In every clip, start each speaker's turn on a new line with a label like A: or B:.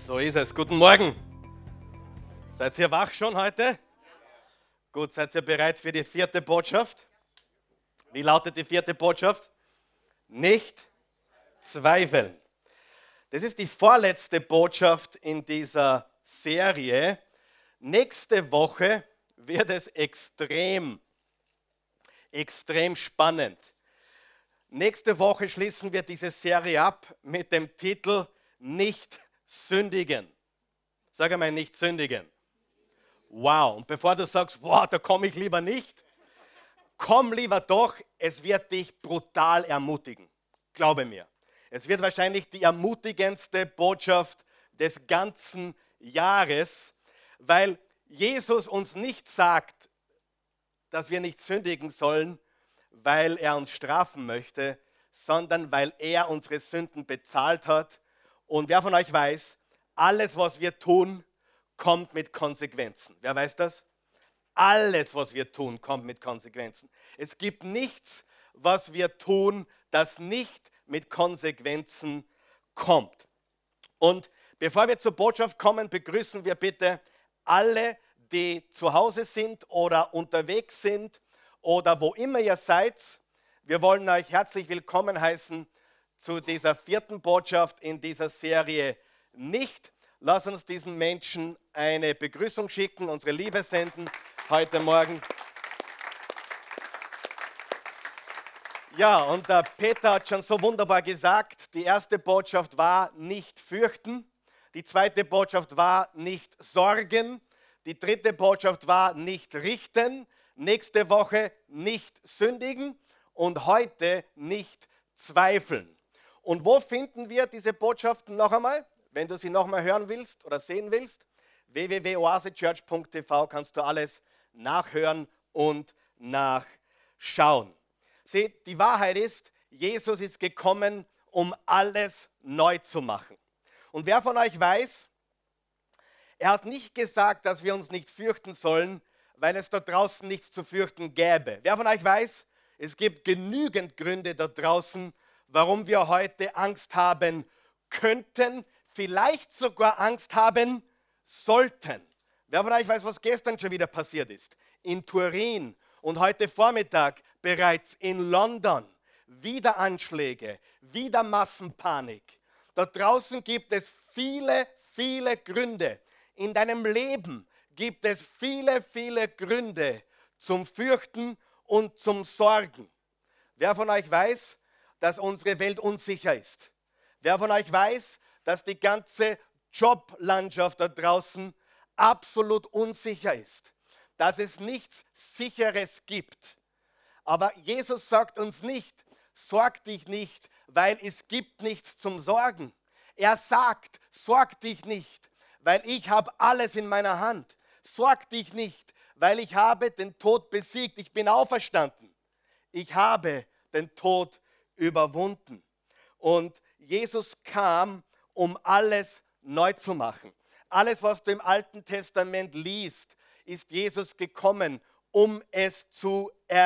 A: So ist es. Guten Morgen. Seid ihr wach schon heute? Gut, seid ihr bereit für die vierte Botschaft? Wie lautet die vierte Botschaft? Nicht zweifeln. Das ist die vorletzte Botschaft in dieser Serie. Nächste Woche wird es extrem spannend. Nächste Woche schließen wir diese Serie ab mit dem Titel Nicht sündigen. Sag einmal, nicht sündigen. Wow, und bevor du sagst, wow, da komme ich lieber nicht, komm lieber doch, es wird dich brutal ermutigen. Glaube mir. Es wird wahrscheinlich die ermutigendste Botschaft des ganzen Jahres, weil Jesus uns nicht sagt, dass wir nicht sündigen sollen, weil er uns strafen möchte, sondern weil er unsere Sünden bezahlt hat. Und wer von euch weiß, alles, was wir tun, kommt mit Konsequenzen. Wer weiß das? Alles, was wir tun, kommt mit Konsequenzen. Es gibt nichts, was wir tun, das nicht mit Konsequenzen kommt. Und bevor wir zur Botschaft kommen, begrüßen wir bitte alle, die zu Hause sind oder unterwegs sind oder wo immer ihr seid. Wir wollen euch herzlich willkommen heißen zu dieser vierten Botschaft in dieser Serie nicht. Lass uns diesen Menschen eine Begrüßung schicken, unsere Liebe senden heute Morgen. Ja, und der Peter hat schon so wunderbar gesagt, die erste Botschaft war nicht fürchten, die zweite Botschaft war nicht sorgen, die dritte Botschaft war nicht richten, nächste Woche nicht sündigen und heute nicht zweifeln. Und wo finden wir diese Botschaften noch einmal? Wenn du sie noch einmal hören willst oder sehen willst, www.oasechurch.tv kannst du alles nachhören und nachschauen. Seht, die Wahrheit ist, Jesus ist gekommen, um alles neu zu machen. Und wer von euch weiß, er hat nicht gesagt, dass wir uns nicht fürchten sollen, weil es da draußen nichts zu fürchten gäbe. Wer von euch weiß, es gibt genügend Gründe da draußen, warum wir heute Angst haben könnten, vielleicht sogar Angst haben sollten. Wer von euch weiß, was gestern schon wieder passiert ist? In Turin und heute Vormittag bereits in London. Wieder Anschläge, wieder Massenpanik. Da draußen gibt es viele Gründe. In deinem Leben gibt es viele Gründe zum Fürchten und zum Sorgen. Wer von euch weiß, dass unsere Welt unsicher ist? Wer von euch weiß, dass die ganze Joblandschaft da draußen absolut unsicher ist? Dass es nichts Sicheres gibt. Aber Jesus sagt uns nicht, sorg dich nicht, weil es gibt nichts zum Sorgen. Er sagt, sorg dich nicht, weil ich habe alles in meiner Hand. Sorg dich nicht, weil ich habe den Tod besiegt. Ich bin auferstanden. Ich habe den Tod überwunden. Und Jesus kam, um alles neu zu machen. Alles, was du im Alten Testament liest, ist Jesus gekommen, um es zu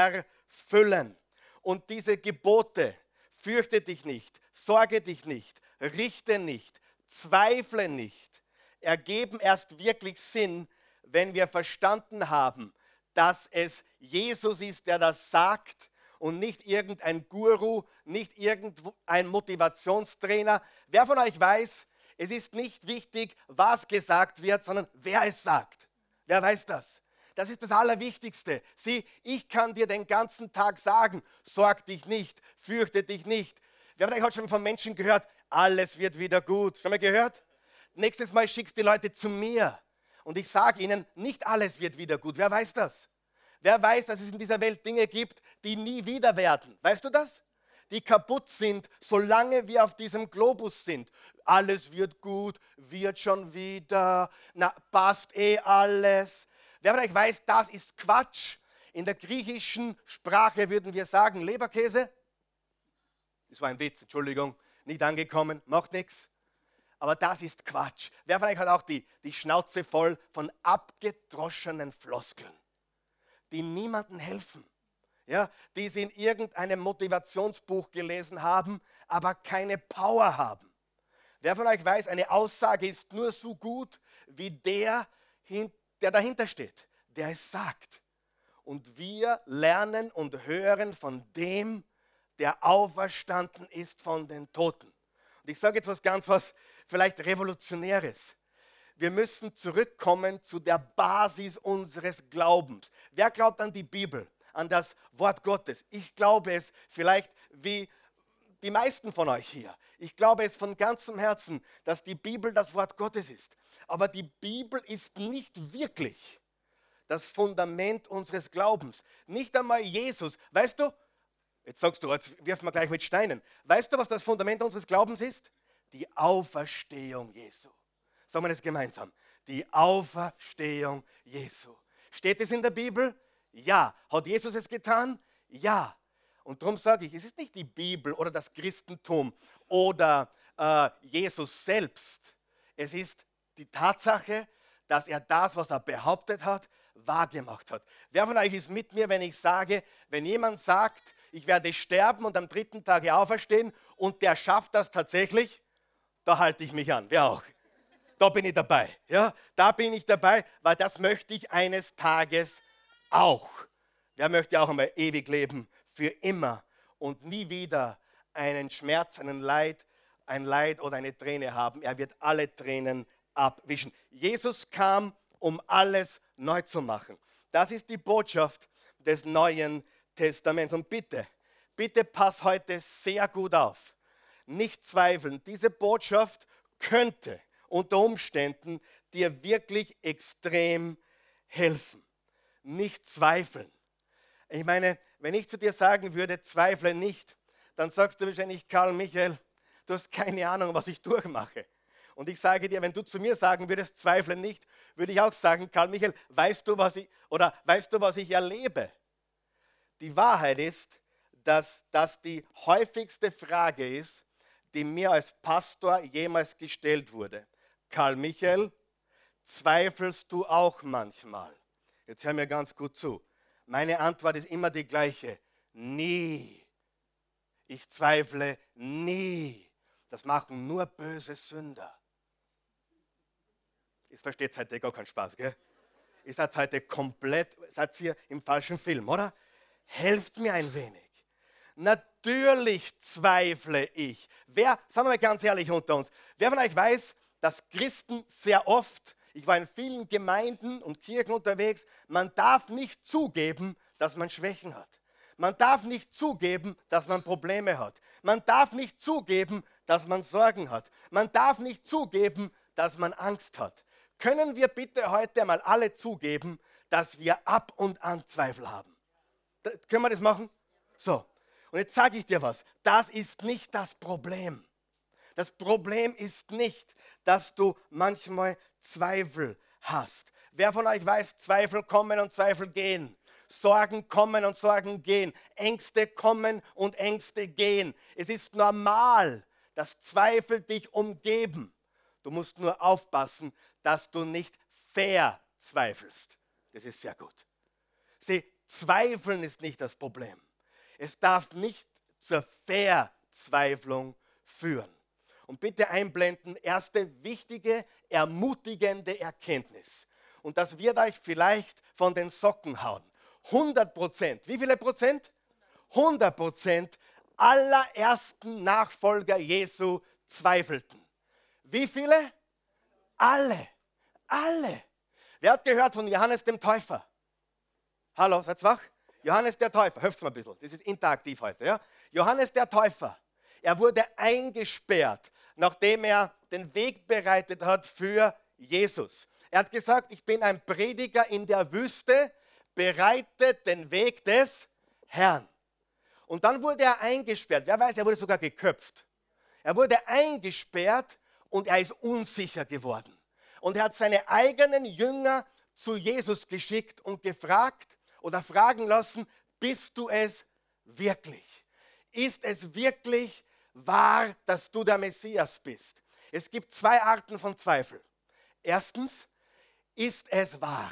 A: erfüllen. Und diese Gebote, fürchte dich nicht, sorge dich nicht, richte nicht, zweifle nicht, ergeben erst wirklich Sinn, wenn wir verstanden haben, dass es Jesus ist, der das sagt und nicht irgendein Guru, nicht irgendein Motivationstrainer. Wer von euch weiß, es ist nicht wichtig, was gesagt wird, sondern wer es sagt. Wer weiß das? Das ist das Allerwichtigste. Sieh, ich kann dir den ganzen Tag sagen, sorg dich nicht, fürchte dich nicht. Wer von euch hat schon von Menschen gehört, alles wird wieder gut. Schon mal gehört? Nächstes Mal schickst du die Leute zu mir und ich sage ihnen, nicht alles wird wieder gut. Wer weiß das? Wer weiß, dass es in dieser Welt Dinge gibt, die nie wieder werden? Weißt du das? Die kaputt sind, solange wir auf diesem Globus sind. Alles wird gut, wird schon wieder, na, passt eh alles. Wer von euch weiß, das ist Quatsch. In der griechischen Sprache würden wir sagen, Leberkäse. Das war ein Witz, Entschuldigung, nicht angekommen, macht nichts. Aber das ist Quatsch. Wer von euch hat auch die Schnauze voll von abgedroschenen Floskeln, die niemandem helfen, ja, die sie in irgendeinem Motivationsbuch gelesen haben, aber keine Power haben. Wer von euch weiß, eine Aussage ist nur so gut, wie der dahinter steht, der es sagt. Und wir lernen und hören von dem, der auferstanden ist von den Toten. Und ich sage jetzt was vielleicht Revolutionäres. Wir müssen zurückkommen zu der Basis unseres Glaubens. Wer glaubt an die Bibel, an das Wort Gottes? Ich glaube es vielleicht wie die meisten von euch hier. Ich glaube es von ganzem Herzen, dass die Bibel das Wort Gottes ist. Aber die Bibel ist nicht wirklich das Fundament unseres Glaubens. Nicht einmal Jesus. Weißt du, jetzt sagst du, jetzt wirf mal gleich mit Steinen. Weißt du, was das Fundament unseres Glaubens ist? Die Auferstehung Jesu. Sagen wir das gemeinsam. Die Auferstehung Jesu. Steht es in der Bibel? Ja. Hat Jesus es getan? Ja. Und darum sage ich, es ist nicht die Bibel oder das Christentum oder Jesus selbst. Es ist die Tatsache, dass er das, was er behauptet hat, wahrgemacht hat. Wer von euch ist mit mir, wenn ich sage, wenn jemand sagt, ich werde sterben und am 3. Tage auferstehen und der schafft das tatsächlich, da halte ich mich an. Wer auch? Da bin ich dabei. Ja? Da bin ich dabei, weil das möchte ich eines Tages auch. Wer möchte auch einmal ewig leben, für immer und nie wieder einen Schmerz, ein Leid oder eine Träne haben. Er wird alle Tränen abwischen. Jesus kam, um alles neu zu machen. Das ist die Botschaft des Neuen Testaments. Und bitte pass heute sehr gut auf. Nicht zweifeln. Diese Botschaft könnte unter Umständen dir wirklich extrem helfen. Nicht zweifeln. Ich meine, wenn ich zu dir sagen würde, zweifle nicht, dann sagst du wahrscheinlich, Karl Michael, du hast keine Ahnung, was ich durchmache. Und ich sage dir, wenn du zu mir sagen würdest, zweifle nicht, würde ich auch sagen, Karl Michael, weißt du, was ich erlebe? Die Wahrheit ist, dass das die häufigste Frage ist, die mir als Pastor jemals gestellt wurde. Karl Michael, zweifelst du auch manchmal? Jetzt hör mir ganz gut zu. Meine Antwort ist immer die gleiche. Nie. Ich zweifle nie. Das machen nur böse Sünder. Ihr versteht heute gar keinen Spaß, gell? Ihr seid heute seid ihr im falschen Film, oder? Helft mir ein wenig. Natürlich zweifle ich. Sagen wir mal ganz ehrlich unter uns, wer von euch weiß, dass Christen sehr oft, ich war in vielen Gemeinden und Kirchen unterwegs, man darf nicht zugeben, dass man Schwächen hat. Man darf nicht zugeben, dass man Probleme hat. Man darf nicht zugeben, dass man Sorgen hat. Man darf nicht zugeben, dass man Angst hat. Können wir bitte heute mal alle zugeben, dass wir ab und an Zweifel haben? Können wir das machen? So. Und jetzt sage ich dir was. Das ist nicht das Problem. Das Problem ist nicht, dass du manchmal Zweifel hast. Wer von euch weiß, Zweifel kommen und Zweifel gehen. Sorgen kommen und Sorgen gehen. Ängste kommen und Ängste gehen. Es ist normal, dass Zweifel dich umgeben. Du musst nur aufpassen, dass du nicht verzweifelst. Das ist sehr gut. Sieh, Zweifeln ist nicht das Problem. Es darf nicht zur Verzweiflung führen. Und bitte einblenden, erste wichtige, ermutigende Erkenntnis. Und das wird euch vielleicht von den Socken hauen. 100%. Wie viele Prozent? 100% aller ersten Nachfolger Jesu zweifelten. Wie viele? Alle. Alle. Wer hat gehört von Johannes dem Täufer? Hallo, seid wach? Johannes der Täufer, hört mal ein bisschen, das ist interaktiv heute. Ja? Johannes der Täufer, er wurde eingesperrt, nachdem er den Weg bereitet hat für Jesus. Er hat gesagt, ich bin ein Prediger in der Wüste, bereitet den Weg des Herrn. Und dann wurde er eingesperrt. Wer weiß, er wurde sogar geköpft. Er wurde eingesperrt und er ist unsicher geworden. Und er hat seine eigenen Jünger zu Jesus geschickt und gefragt oder fragen lassen, bist du es wirklich? Ist es wirklich wahr, dass du der Messias bist? Es gibt zwei Arten von Zweifel. Erstens, ist es wahr?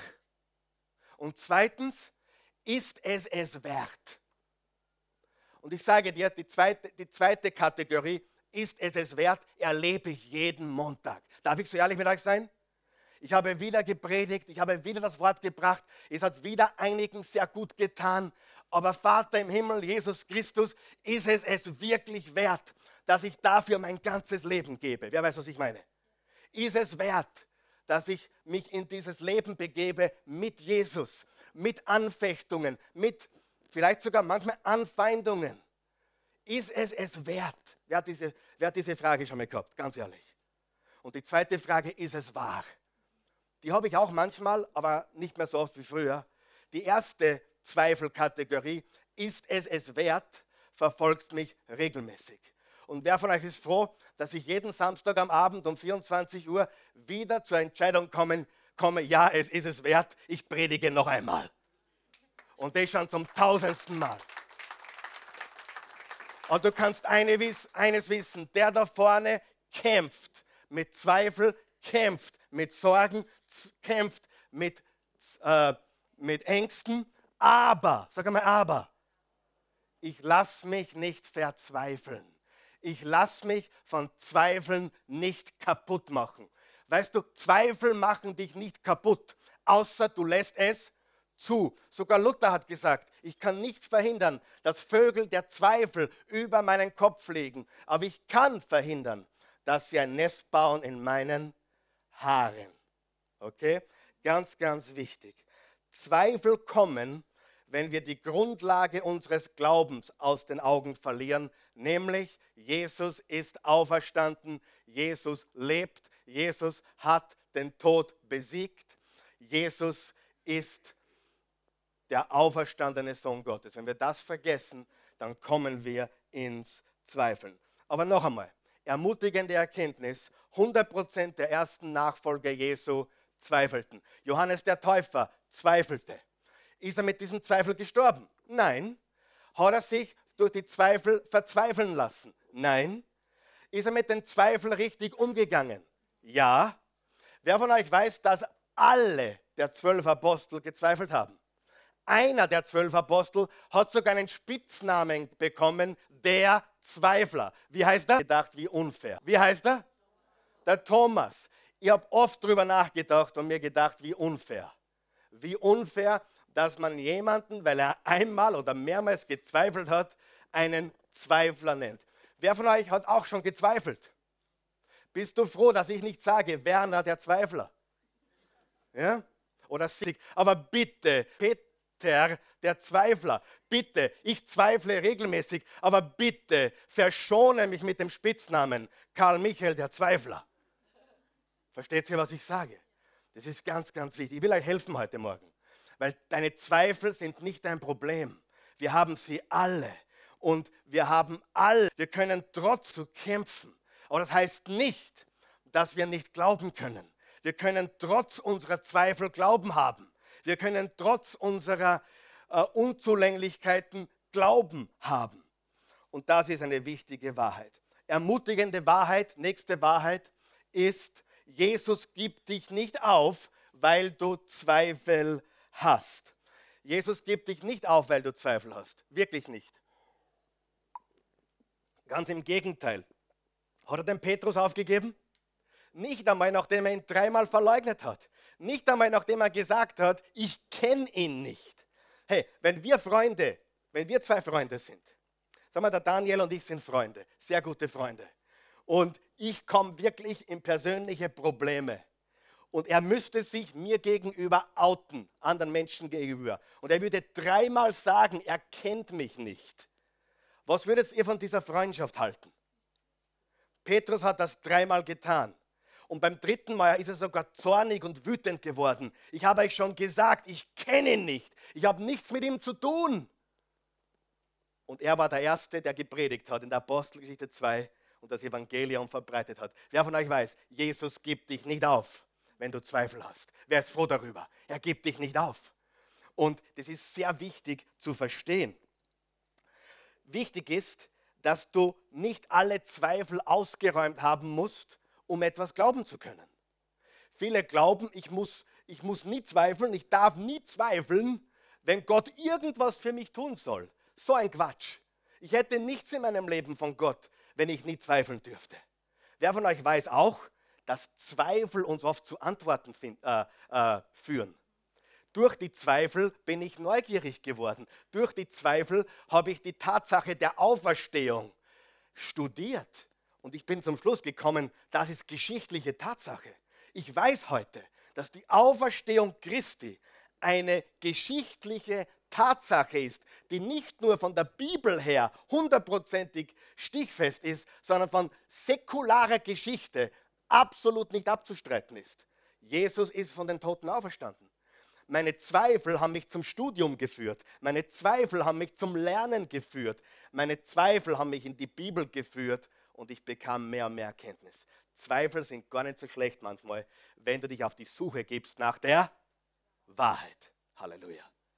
A: Und zweitens, ist es wert? Und ich sage dir, die zweite Kategorie ist es es wert, erlebe ich jeden Montag. Darf ich so ehrlich mit euch sein? Ich habe wieder gepredigt, ich habe wieder das Wort gebracht. Es hat wieder einigen sehr gut getan. Aber Vater im Himmel, Jesus Christus, ist es es wirklich wert, dass ich dafür mein ganzes Leben gebe? Wer weiß, was ich meine? Ist es wert, dass ich mich in dieses Leben begebe mit Jesus, mit Anfechtungen, mit vielleicht sogar manchmal Anfeindungen? Ist es es wert? Wer hat diese Frage schon mal gehabt? Ganz ehrlich. Und die zweite Frage, ist es wahr? Die habe ich auch manchmal, aber nicht mehr so oft wie früher. Die erste Zweifelkategorie, ist es es wert, verfolgt mich regelmäßig. Und wer von euch ist froh, dass ich jeden Samstag am Abend um 24 Uhr wieder zur Entscheidung komme, ja, es ist es wert, ich predige noch einmal. Und das schon zum 1000. Mal. Und du kannst eines wissen, der da vorne kämpft mit Zweifel, kämpft mit Sorgen, kämpft mit Ängsten, aber, sag einmal aber, ich lasse mich nicht verzweifeln. Ich lasse mich von Zweifeln nicht kaputt machen. Weißt du, Zweifel machen dich nicht kaputt, außer du lässt es zu. Sogar Luther hat gesagt, ich kann nicht verhindern, dass Vögel der Zweifel über meinen Kopf fliegen, aber ich kann verhindern, dass sie ein Nest bauen in meinen Haaren. Okay? Ganz, ganz wichtig. Zweifel kommen, wenn wir die Grundlage unseres Glaubens aus den Augen verlieren, nämlich Jesus ist auferstanden, Jesus lebt, Jesus hat den Tod besiegt, Jesus ist der auferstandene Sohn Gottes. Wenn wir das vergessen, dann kommen wir ins Zweifeln. Aber noch einmal, ermutigende Erkenntnis, 100% der ersten Nachfolger Jesu zweifelten. Johannes der Täufer zweifelte. Ist er mit diesem Zweifel gestorben? Nein. Hat er sich durch die Zweifel verzweifeln lassen? Nein. Ist er mit den Zweifeln richtig umgegangen? Ja. Wer von euch weiß, dass alle der 12 Apostel gezweifelt haben? Einer der 12 Apostel hat sogar einen Spitznamen bekommen, der Zweifler. Wie heißt er? Gedacht, wie unfair. Wie heißt er? Der Thomas. Ich habe oft darüber nachgedacht und mir gedacht, wie unfair. Wie unfair, dass man jemanden, weil er einmal oder mehrmals gezweifelt hat, einen Zweifler nennt. Wer von euch hat auch schon gezweifelt? Bist du froh, dass ich nicht sage, Werner der Zweifler? Ja? Oder Sig. Aber bitte, Peter der Zweifler, bitte, ich zweifle regelmäßig, aber bitte verschone mich mit dem Spitznamen Karl Michael der Zweifler. Versteht ihr, was ich sage? Das ist ganz, ganz wichtig. Ich will euch helfen heute Morgen, weil deine Zweifel sind nicht dein Problem. Wir haben sie alle und wir können trotzdem kämpfen. Aber das heißt nicht, dass wir nicht glauben können. Wir können trotz unserer Zweifel Glauben haben. Wir können trotz unserer Unzulänglichkeiten Glauben haben. Und das ist eine wichtige Wahrheit. Ermutigende Wahrheit, nächste Wahrheit ist, Jesus gibt dich nicht auf, weil du Zweifel hast. Jesus gibt dich nicht auf, weil du Zweifel hast. Wirklich nicht. Ganz im Gegenteil. Hat er den Petrus aufgegeben? Nicht einmal, nachdem er ihn 3-mal verleugnet hat. Nicht einmal, nachdem er gesagt hat, ich kenne ihn nicht. Hey, wenn wir zwei Freunde sind, sagen wir, der Daniel und ich sind Freunde, sehr gute Freunde. Und ich komme wirklich in persönliche Probleme. Und er müsste sich mir gegenüber outen, anderen Menschen gegenüber. Und er würde 3-mal sagen, er kennt mich nicht. Was würdet ihr von dieser Freundschaft halten? Petrus hat das 3-mal getan. Und beim 3. Mal ist er sogar zornig und wütend geworden. Ich habe euch schon gesagt, ich kenne ihn nicht. Ich habe nichts mit ihm zu tun. Und er war der Erste, der gepredigt hat in der Apostelgeschichte 2 und das Evangelium verbreitet hat. Wer von euch weiß, Jesus gibt dich nicht auf, wenn du Zweifel hast. Wer ist froh darüber? Er gibt dich nicht auf. Und das ist sehr wichtig zu verstehen. Wichtig ist, dass du nicht alle Zweifel ausgeräumt haben musst, um etwas glauben zu können. Viele glauben, ich muss nie zweifeln, ich darf nie zweifeln, wenn Gott irgendwas für mich tun soll. So ein Quatsch. Ich hätte nichts in meinem Leben von Gott, wenn ich nie zweifeln dürfte? Wer von euch weiß auch, dass Zweifel uns oft zu Antworten führen? Durch die Zweifel bin ich neugierig geworden. Durch die Zweifel habe ich die Tatsache der Auferstehung studiert. Und ich bin zum Schluss gekommen, das ist geschichtliche Tatsache. Ich weiß heute, dass die Auferstehung Christi eine geschichtliche Tatsache ist, die nicht nur von der Bibel her hundertprozentig stichfest ist, sondern von säkularer Geschichte absolut nicht abzustreiten ist. Jesus ist von den Toten auferstanden. Meine Zweifel haben mich zum Studium geführt. Meine Zweifel haben mich zum Lernen geführt. Meine Zweifel haben mich in die Bibel geführt und ich bekam mehr und mehr Erkenntnis. Zweifel sind gar nicht so schlecht manchmal, wenn du dich auf die Suche gibst nach der Wahrheit. Halleluja.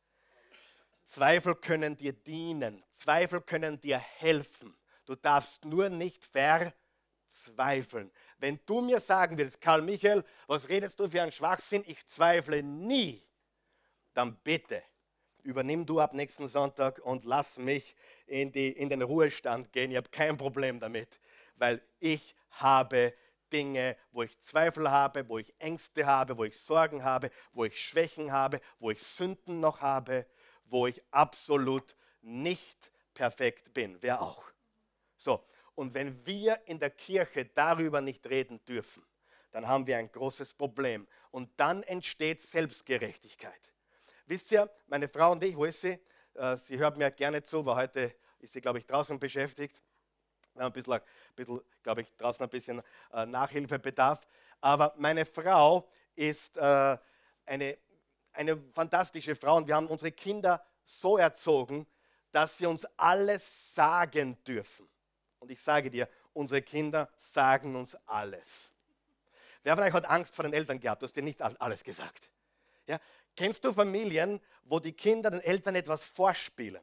A: Zweifel können dir dienen. Zweifel können dir helfen. Du darfst nur nicht verzweifeln. Wenn du mir sagen würdest, Karl Michael, was redest du für einen Schwachsinn? Ich zweifle nie. Dann bitte übernimm du ab nächsten Sonntag und lass mich in den Ruhestand gehen. Ich habe kein Problem damit, weil ich habe Dinge, wo ich Zweifel habe, wo ich Ängste habe, wo ich Sorgen habe, wo ich Schwächen habe, wo ich Sünden noch habe, wo ich absolut nicht perfekt bin. Wer auch? So, und wenn wir in der Kirche darüber nicht reden dürfen, dann haben wir ein großes Problem. Und dann entsteht Selbstgerechtigkeit. Wisst ihr, meine Frau und ich, wo ist sie? Sie hört mir gerne zu, weil heute ist sie, glaube ich, draußen beschäftigt. Wir haben ein bisschen glaube ich, draußen ein bisschen Nachhilfebedarf. Aber meine Frau ist eine fantastische Frau und wir haben unsere Kinder so erzogen, dass sie uns alles sagen dürfen. Und ich sage dir, unsere Kinder sagen uns alles. Wer von euch hat Angst vor den Eltern gehabt? Du hast dir nicht alles gesagt. Ja? Kennst du Familien, wo die Kinder den Eltern etwas vorspielen?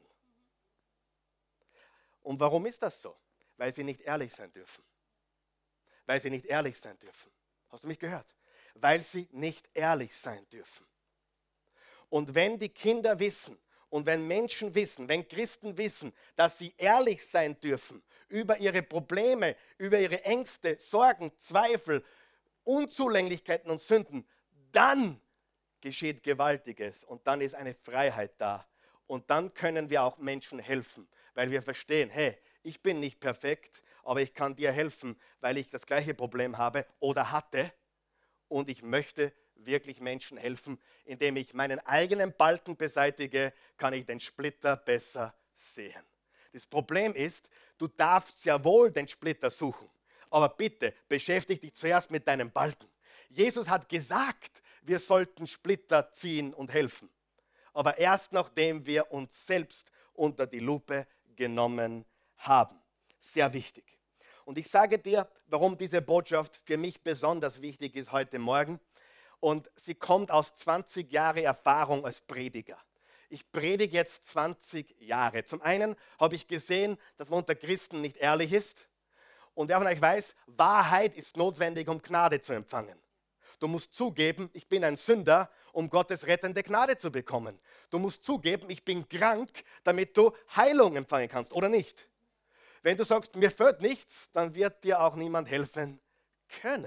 A: Und warum ist das so? Weil sie nicht ehrlich sein dürfen. Weil sie nicht ehrlich sein dürfen. Hast du mich gehört? Weil sie nicht ehrlich sein dürfen. Und wenn die Kinder wissen und wenn Menschen wissen, wenn Christen wissen, dass sie ehrlich sein dürfen über ihre Probleme, über ihre Ängste, Sorgen, Zweifel, Unzulänglichkeiten und Sünden, dann geschieht Gewaltiges und dann ist eine Freiheit da. Und dann können wir auch Menschen helfen, weil wir verstehen, hey, ich bin nicht perfekt, aber ich kann dir helfen, weil ich das gleiche Problem habe oder hatte und ich möchte wirklich Menschen helfen. Indem ich meinen eigenen Balken beseitige, kann ich den Splitter besser sehen. Das Problem ist, du darfst ja wohl den Splitter suchen, aber bitte beschäftige dich zuerst mit deinem Balken. Jesus hat gesagt, wir sollten Splitter ziehen und helfen. Aber erst nachdem wir uns selbst unter die Lupe genommen haben. Sehr wichtig. Und ich sage dir, warum diese Botschaft für mich besonders wichtig ist heute Morgen. Und sie kommt aus 20 Jahre Erfahrung als Prediger. Ich predige jetzt 20 Jahre. Zum einen habe ich gesehen, dass man unter Christen nicht ehrlich ist. Und wer von euch weiß, Wahrheit ist notwendig, um Gnade zu empfangen. Du musst zugeben, ich bin ein Sünder, um Gottes rettende Gnade zu bekommen. Du musst zugeben, ich bin krank, damit du Heilung empfangen kannst, oder nicht? Wenn du sagst, mir fehlt nichts, dann wird dir auch niemand helfen können.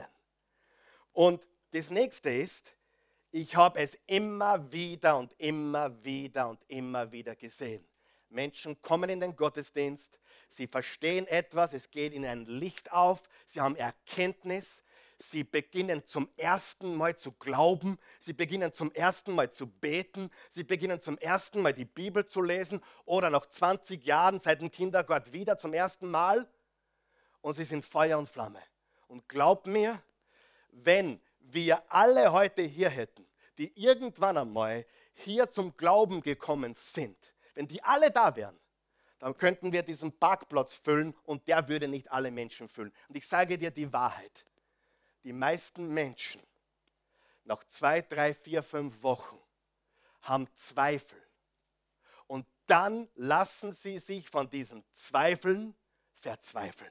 A: Und das nächste ist, ich habe es immer wieder und immer wieder und immer wieder gesehen. Menschen kommen in den Gottesdienst, sie verstehen etwas, es geht ihnen ein Licht auf, sie haben Erkenntnis, sie beginnen zum ersten Mal zu glauben, sie beginnen zum ersten Mal zu beten, sie beginnen zum ersten Mal die Bibel zu lesen oder nach 20 Jahren seit dem Kindergarten wieder zum ersten Mal und sie sind Feuer und Flamme. Und glaub mir, wenn wir alle heute hier hätten, die irgendwann einmal hier zum Glauben gekommen sind, wenn die alle da wären, dann könnten wir diesen Parkplatz füllen und der würde nicht alle Menschen füllen. Und ich sage dir die Wahrheit. Die meisten Menschen nach 2, 3, 4, 5 Wochen haben Zweifel. Und dann lassen sie sich von diesen Zweifeln verzweifeln.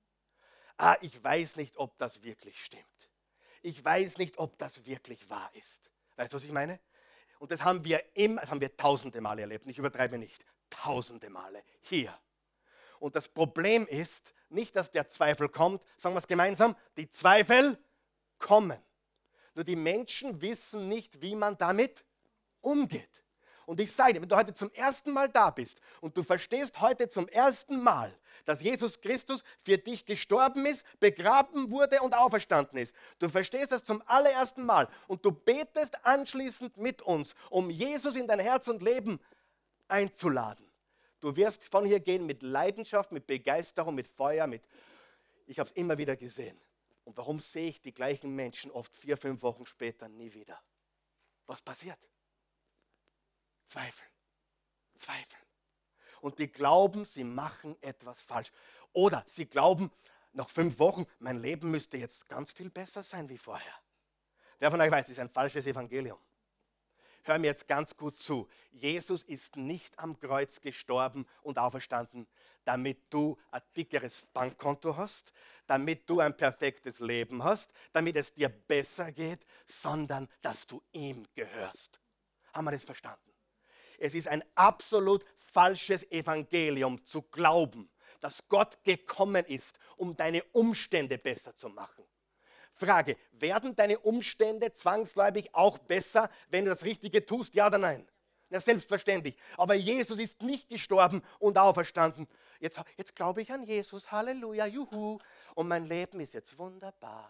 A: Ich weiß nicht, ob das wirklich stimmt. Ich weiß nicht, ob das wirklich wahr ist. Weißt du, was ich meine? Und das haben wir tausende Male erlebt. Ich übertreibe nicht. Tausende Male. Hier. Und das Problem ist nicht, dass der Zweifel kommt, sagen wir es gemeinsam, die Zweifel kommen. Nur die Menschen wissen nicht, wie man damit umgeht. Und ich sage dir, wenn du heute zum ersten Mal da bist und du verstehst heute zum ersten Mal, dass Jesus Christus für dich gestorben ist, begraben wurde und auferstanden ist. Du verstehst das zum allerersten Mal und du betest anschließend mit uns, um Jesus in dein Herz und Leben einzuladen. Du wirst von hier gehen mit Leidenschaft, mit Begeisterung, mit Feuer, ich habe es immer wieder gesehen. Und warum sehe ich die gleichen Menschen oft 4, 5 Wochen später nie wieder? Was passiert? Zweifel. Zweifel. Und die glauben, sie machen etwas falsch. Oder sie glauben, nach 5 Wochen, mein Leben müsste jetzt ganz viel besser sein wie vorher. Wer von euch weiß, das ist ein falsches Evangelium. Hör mir jetzt ganz gut zu. Jesus ist nicht am Kreuz gestorben und auferstanden, damit du ein dickeres Bankkonto hast, damit du ein perfektes Leben hast, damit es dir besser geht, sondern dass du ihm gehörst. Haben wir das verstanden? Es ist ein absolut falsches Evangelium zu glauben, dass Gott gekommen ist, um deine Umstände besser zu machen. Frage, werden deine Umstände zwangsläufig auch besser, wenn du das Richtige tust, ja oder nein? Ja, selbstverständlich. Aber Jesus ist nicht gestorben und auferstanden. Jetzt glaube ich an Jesus, Halleluja, juhu. Und mein Leben ist jetzt wunderbar.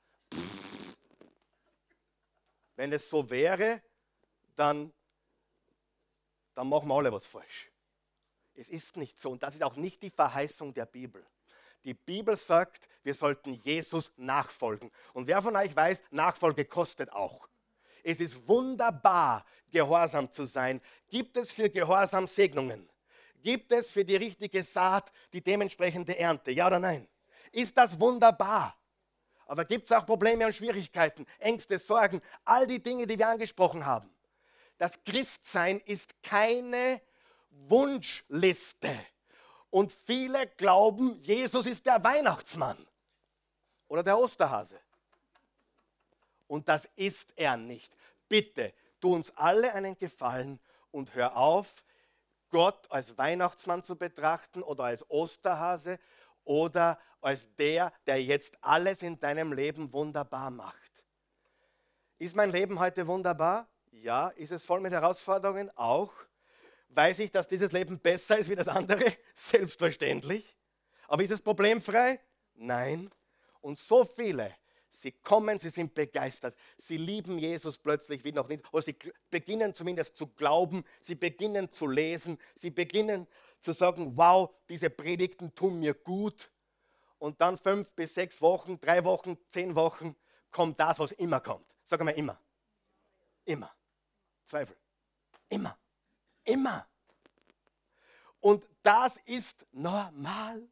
A: Wenn es so wäre, dann machen wir alle was falsch. Es ist nicht so und das ist auch nicht die Verheißung der Bibel. Die Bibel sagt, wir sollten Jesus nachfolgen. Und wer von euch weiß, Nachfolge kostet auch. Es ist wunderbar, gehorsam zu sein. Gibt es für Gehorsam Segnungen? Gibt es für die richtige Saat die dementsprechende Ernte? Ja oder nein? Ist das wunderbar? Aber gibt es auch Probleme und Schwierigkeiten, Ängste, Sorgen, all die Dinge, die wir angesprochen haben? Das Christsein ist keine Wunschliste. Und viele glauben, Jesus ist der Weihnachtsmann oder der Osterhase. Und das ist er nicht. Bitte, tu uns alle einen Gefallen und hör auf, Gott als Weihnachtsmann zu betrachten oder als Osterhase oder als der jetzt alles in deinem Leben wunderbar macht. Ist mein Leben heute wunderbar? Ja. Ist es voll mit Herausforderungen? Auch. Weiß ich, dass dieses Leben besser ist wie das andere? Selbstverständlich. Aber ist es problemfrei? Nein. Und so viele, sie kommen, sie sind begeistert. Sie lieben Jesus plötzlich wie noch nicht. Oder sie beginnen zumindest zu glauben. Sie beginnen zu lesen. Sie beginnen zu sagen, wow, diese Predigten tun mir gut. Und dann 5 bis 6 Wochen, 3 Wochen, 10 Wochen kommt das, was immer kommt. Sag mal immer. Immer. Zweifel. Immer. Immer. Und das ist normal.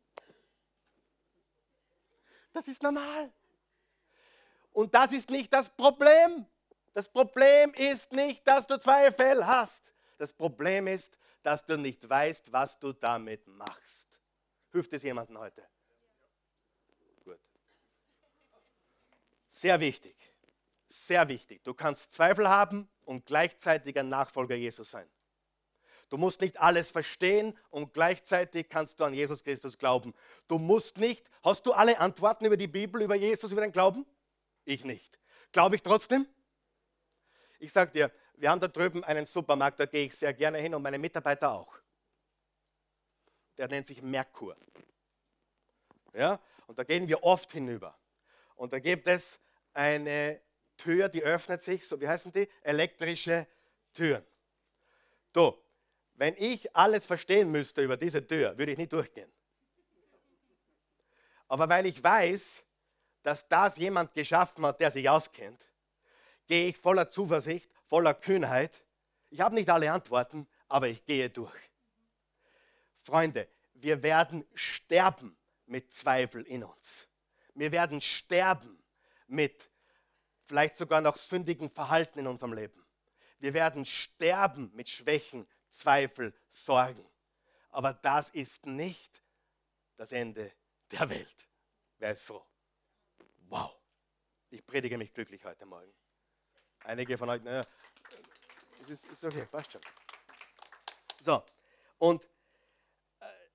A: Das ist normal. Und das ist nicht das Problem. Das Problem ist nicht, dass du Zweifel hast. Das Problem ist, dass du nicht weißt, was du damit machst. Hilft es jemandem heute? Gut. Sehr wichtig. Sehr wichtig. Du kannst Zweifel haben und gleichzeitig ein Nachfolger Jesus sein. Du musst nicht alles verstehen und gleichzeitig kannst du an Jesus Christus glauben. Du musst nicht, hast du alle Antworten über die Bibel, über Jesus, über den Glauben? Ich nicht. Glaube ich trotzdem? Ich sage dir, wir haben da drüben einen Supermarkt, da gehe ich sehr gerne hin und meine Mitarbeiter auch. Der nennt sich Merkur. Ja? Und da gehen wir oft hinüber. Und da gibt es eine Tür, die öffnet sich, so wie heißen die? Elektrische Türen. Du, wenn ich alles verstehen müsste über diese Tür, würde ich nicht durchgehen. Aber weil ich weiß, dass das jemand geschaffen hat, der sich auskennt, gehe ich voller Zuversicht, voller Kühnheit. Ich habe nicht alle Antworten, aber ich gehe durch. Freunde, wir werden sterben mit Zweifel in uns. Wir werden sterben mit vielleicht sogar noch sündigen Verhalten in unserem Leben. Wir werden sterben mit Schwächen, Zweifel, Sorgen. Aber das ist nicht das Ende der Welt. Wer ist froh? Wow. Ich predige mich glücklich heute Morgen. Einige von euch, naja, ist okay, passt schon. So, und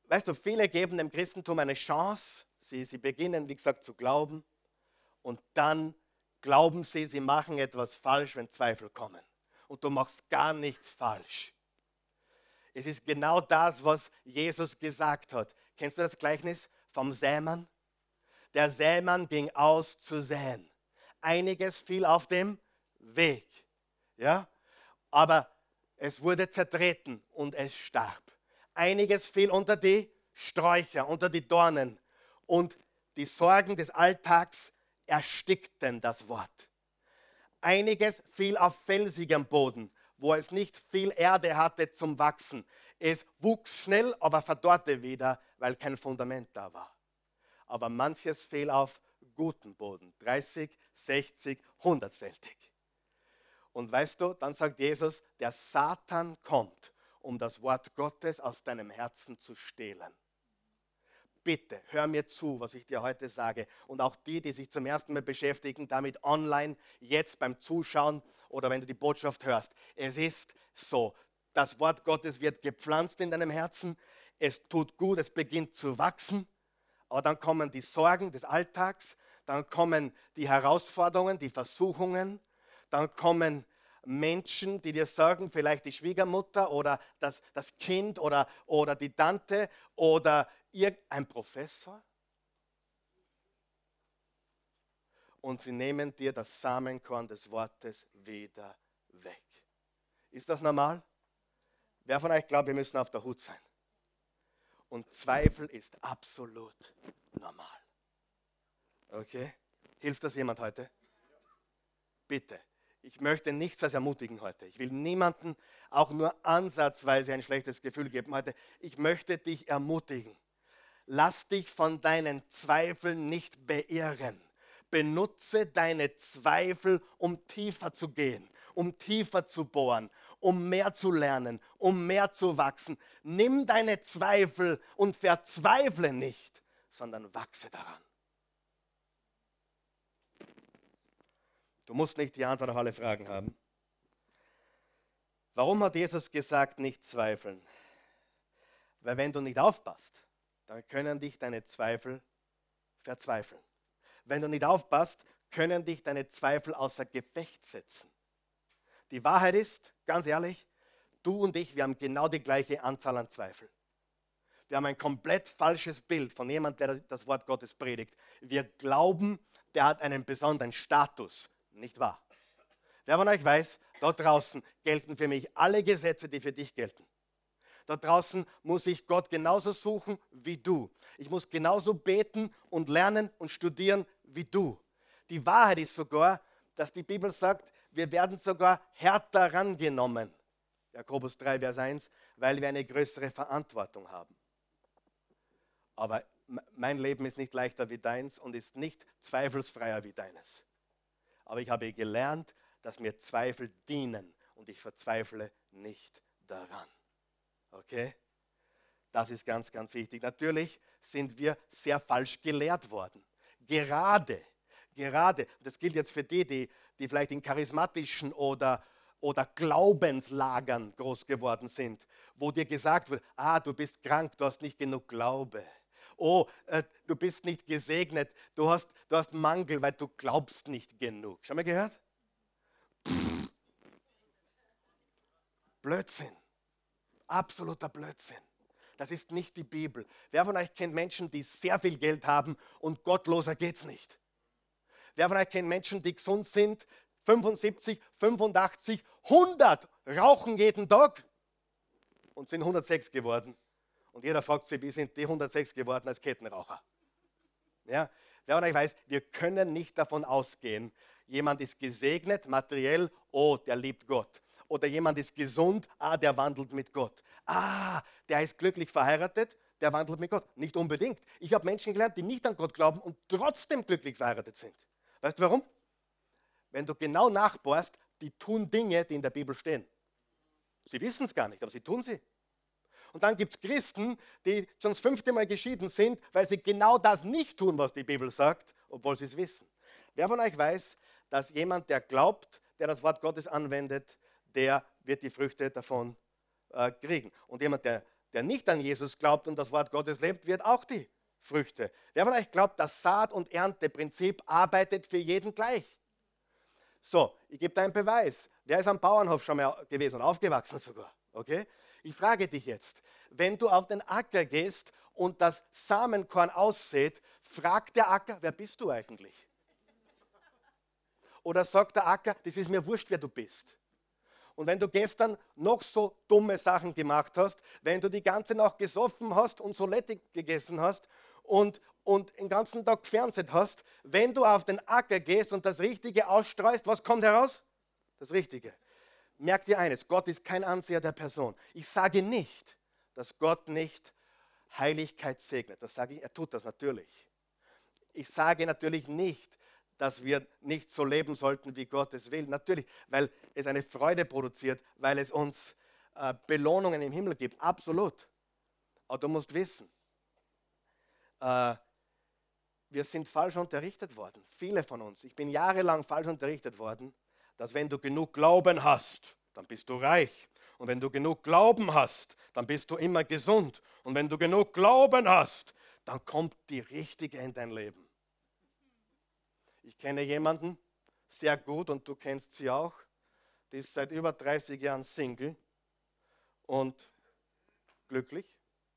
A: weißt du, viele geben dem Christentum eine Chance. Sie beginnen, wie gesagt, zu glauben und dann glauben sie machen etwas falsch, wenn Zweifel kommen. Und du machst gar nichts falsch. Es ist genau das, was Jesus gesagt hat. Kennst du das Gleichnis vom Sämann? Der Sämann ging aus zu säen. Einiges fiel auf dem Weg. Ja? Aber es wurde zertreten und es starb. Einiges fiel unter die Sträucher, unter die Dornen. Und die Sorgen des Alltags erstickten das Wort. Einiges fiel auf felsigem Boden, wo es nicht viel Erde hatte zum Wachsen. Es wuchs schnell, aber verdorrte wieder, weil kein Fundament da war. Aber manches fiel auf guten Boden, 30, 60, 100-fältig. Und weißt du, dann sagt Jesus, der Satan kommt, um das Wort Gottes aus deinem Herzen zu stehlen. Bitte, hör mir zu, was ich dir heute sage. Und auch die sich zum ersten Mal beschäftigen, damit online, jetzt beim Zuschauen oder wenn du die Botschaft hörst. Es ist so, das Wort Gottes wird gepflanzt in deinem Herzen. Es tut gut, es beginnt zu wachsen. Aber dann kommen die Sorgen des Alltags, dann kommen die Herausforderungen, die Versuchungen, dann kommen Menschen, die dir sagen, vielleicht die Schwiegermutter oder das Kind oder die Tante oder irgendein Professor. Und sie nehmen dir das Samenkorn des Wortes wieder weg. Ist das normal? Wer von euch glaubt, wir müssen auf der Hut sein? Und Zweifel ist absolut normal. Okay? Hilft das jemand heute? Bitte. Ich möchte nichts als ermutigen heute. Ich will niemandem auch nur ansatzweise ein schlechtes Gefühl geben heute. Ich möchte dich ermutigen. Lass dich von deinen Zweifeln nicht beirren. Benutze deine Zweifel, um tiefer zu gehen, um tiefer zu bohren, um mehr zu lernen, um mehr zu wachsen. Nimm deine Zweifel und verzweifle nicht, sondern wachse daran. Du musst nicht die Antwort auf alle Fragen haben. Warum hat Jesus gesagt, nicht zweifeln? Weil wenn du nicht aufpasst, dann können dich deine Zweifel verzweifeln. Wenn du nicht aufpasst, können dich deine Zweifel außer Gefecht setzen. Die Wahrheit ist, ganz ehrlich, du und ich, wir haben genau die gleiche Anzahl an Zweifel. Wir haben ein komplett falsches Bild von jemandem, der das Wort Gottes predigt. Wir glauben, der hat einen besonderen Status. Nicht wahr? Wer von euch weiß, dort draußen gelten für mich alle Gesetze, die für dich gelten. Da draußen muss ich Gott genauso suchen wie du. Ich muss genauso beten und lernen und studieren wie du. Die Wahrheit ist sogar, dass die Bibel sagt, wir werden sogar härter rangenommen. Jakobus 3, Vers 1, weil wir eine größere Verantwortung haben. Aber mein Leben ist nicht leichter wie deins und ist nicht zweifelsfreier wie deines. Aber ich habe gelernt, dass mir Zweifel dienen und ich verzweifle nicht daran. Okay? Das ist ganz, ganz wichtig. Natürlich sind wir sehr falsch gelehrt worden. Gerade, das gilt jetzt für die vielleicht in charismatischen oder Glaubenslagern groß geworden sind, wo dir gesagt wird, du bist krank, du hast nicht genug Glaube. Oh, du bist nicht gesegnet, du hast Mangel, weil du glaubst nicht genug. Schon mal gehört? Pff. Blödsinn. Absoluter Blödsinn. Das ist nicht die Bibel. Wer von euch kennt Menschen, die sehr viel Geld haben und gottloser geht's nicht? Wer von euch kennt Menschen, die gesund sind, 75, 85, 100, rauchen jeden Tag und sind 106 geworden? Und jeder fragt sich, wie sind die 106 geworden als Kettenraucher? Ja? Wer von euch weiß, wir können nicht davon ausgehen, jemand ist gesegnet, materiell, der liebt Gott. Oder jemand ist gesund, der wandelt mit Gott. Der ist glücklich verheiratet, der wandelt mit Gott. Nicht unbedingt. Ich habe Menschen gelernt, die nicht an Gott glauben und trotzdem glücklich verheiratet sind. Weißt du warum? Wenn du genau nachbohrst, die tun Dinge, die in der Bibel stehen. Sie wissen es gar nicht, aber sie tun sie. Und dann gibt es Christen, die schon das 5. Mal geschieden sind, weil sie genau das nicht tun, was die Bibel sagt, obwohl sie es wissen. Wer von euch weiß, dass jemand, der glaubt, der das Wort Gottes anwendet, der wird die Früchte davon kriegen. Und jemand, der der nicht an Jesus glaubt und das Wort Gottes lebt, wird auch die Früchte. Wer von euch glaubt, das Saat- und Ernteprinzip arbeitet für jeden gleich? So, ich gebe dir einen Beweis. Wer ist am Bauernhof schon mal gewesen und aufgewachsen sogar? Okay? Ich frage dich jetzt, wenn du auf den Acker gehst und das Samenkorn aussät, fragt der Acker, wer bist du eigentlich? Oder sagt der Acker, das ist mir wurscht, wer du bist. Und wenn du gestern noch so dumme Sachen gemacht hast, wenn du die ganze Nacht gesoffen hast und Solette gegessen hast und den ganzen Tag gefernseht hast, wenn du auf den Acker gehst und das Richtige ausstreust, was kommt heraus? Das Richtige. Merk dir eines, Gott ist kein Anseher der Person. Ich sage nicht, dass Gott nicht Heiligkeit segnet. Das sage ich, er tut das natürlich. Ich sage natürlich nicht, dass wir nicht so leben sollten, wie Gott es will. Natürlich, weil es eine Freude produziert, weil es uns Belohnungen im Himmel gibt. Absolut. Aber du musst wissen, wir sind falsch unterrichtet worden. Viele von uns. Ich bin jahrelang falsch unterrichtet worden, dass wenn du genug Glauben hast, dann bist du reich. Und wenn du genug Glauben hast, dann bist du immer gesund. Und wenn du genug Glauben hast, dann kommt die Richtige in dein Leben. Ich kenne jemanden sehr gut und du kennst sie auch, die ist seit über 30 Jahren Single und glücklich.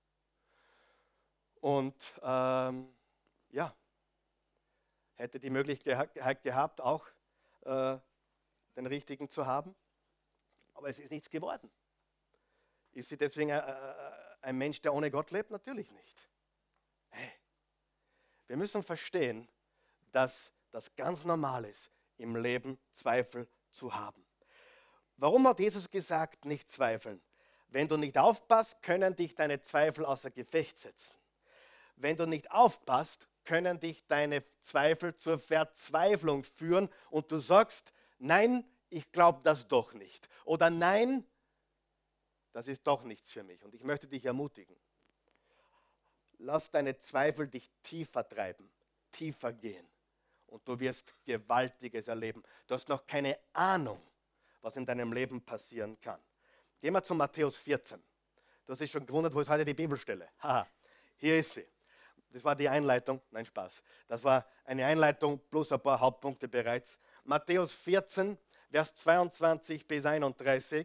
A: Und ja, hätte die Möglichkeit gehabt, auch den Richtigen zu haben, aber es ist nichts geworden. Ist sie deswegen ein Mensch, der ohne Gott lebt? Natürlich nicht. Hey, wir müssen verstehen, dass das ganz normal ist, im Leben Zweifel zu haben. Warum hat Jesus gesagt, nicht zweifeln? Wenn du nicht aufpasst, können dich deine Zweifel außer Gefecht setzen. Wenn du nicht aufpasst, können dich deine Zweifel zur Verzweiflung führen und du sagst, nein, ich glaube das doch nicht. Oder nein, das ist doch nichts für mich. Und ich möchte dich ermutigen. Lass deine Zweifel dich tiefer treiben, tiefer gehen. Und du wirst Gewaltiges erleben. Du hast noch keine Ahnung, was in deinem Leben passieren kann. Gehen wir zu Matthäus 14. Du hast dich schon gewundert, wo ist heute die Bibelstelle? Haha, hier ist sie. Das war die Einleitung. Nein, Spaß. Das war eine Einleitung plus ein paar Hauptpunkte bereits. Matthäus 14, Vers 22 bis 31.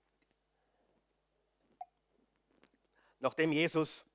A: Nachdem Jesus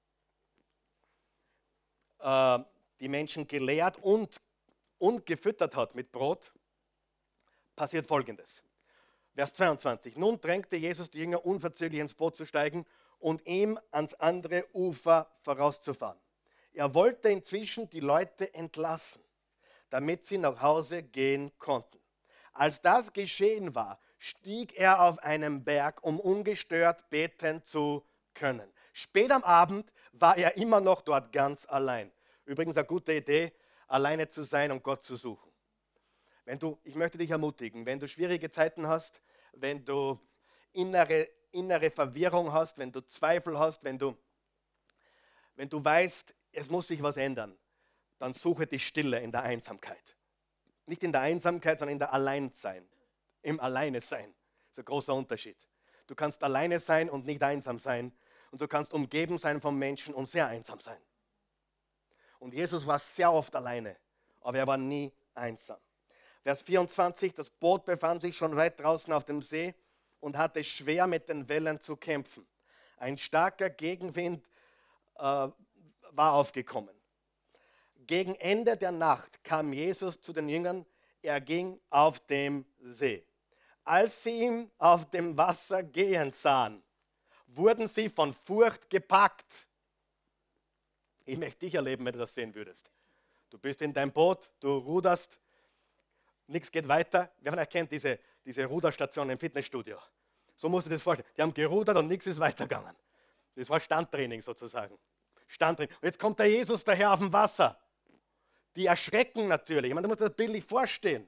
A: die Menschen gelehrt und gefüttert hat mit Brot, passiert Folgendes. Vers 22. Nun drängte Jesus die Jünger unverzüglich ins Boot zu steigen und ihm ans andere Ufer vorauszufahren. Er wollte inzwischen die Leute entlassen, damit sie nach Hause gehen konnten. Als das geschehen war, stieg er auf einen Berg, um ungestört beten zu können. Spät am Abend war er immer noch dort ganz allein. Übrigens eine gute Idee, alleine zu sein und Gott zu suchen. Ich möchte dich ermutigen, wenn du schwierige Zeiten hast, wenn du innere Verwirrung hast, wenn du Zweifel hast, wenn du weißt, es muss sich was ändern, dann suche die Stille in der Einsamkeit. Nicht in der Einsamkeit, sondern in der Alleinsein. Im Alleine-Sein. Das ist ein großer Unterschied. Du kannst alleine sein und nicht einsam sein. Und du kannst umgeben sein von Menschen und sehr einsam sein. Und Jesus war sehr oft alleine, aber er war nie einsam. Vers 24, das Boot befand sich schon weit draußen auf dem See und hatte schwer mit den Wellen zu kämpfen. Ein starker Gegenwind war aufgekommen. Gegen Ende der Nacht kam Jesus zu den Jüngern, er ging auf dem See. Als sie ihn auf dem Wasser gehen sahen, wurden sie von Furcht gepackt. Ich möchte dich erleben, wenn du das sehen würdest. Du bist in deinem Boot, du ruderst, nichts geht weiter. Wer von euch kennt diese Ruderstation im Fitnessstudio? So musst du dir das vorstellen. Die haben gerudert und nichts ist weitergegangen. Das war Standtraining sozusagen. Standtraining. Und jetzt kommt der Jesus daher auf dem Wasser. Die erschrecken natürlich. Ich meine, du musst dir das bildlich vorstellen.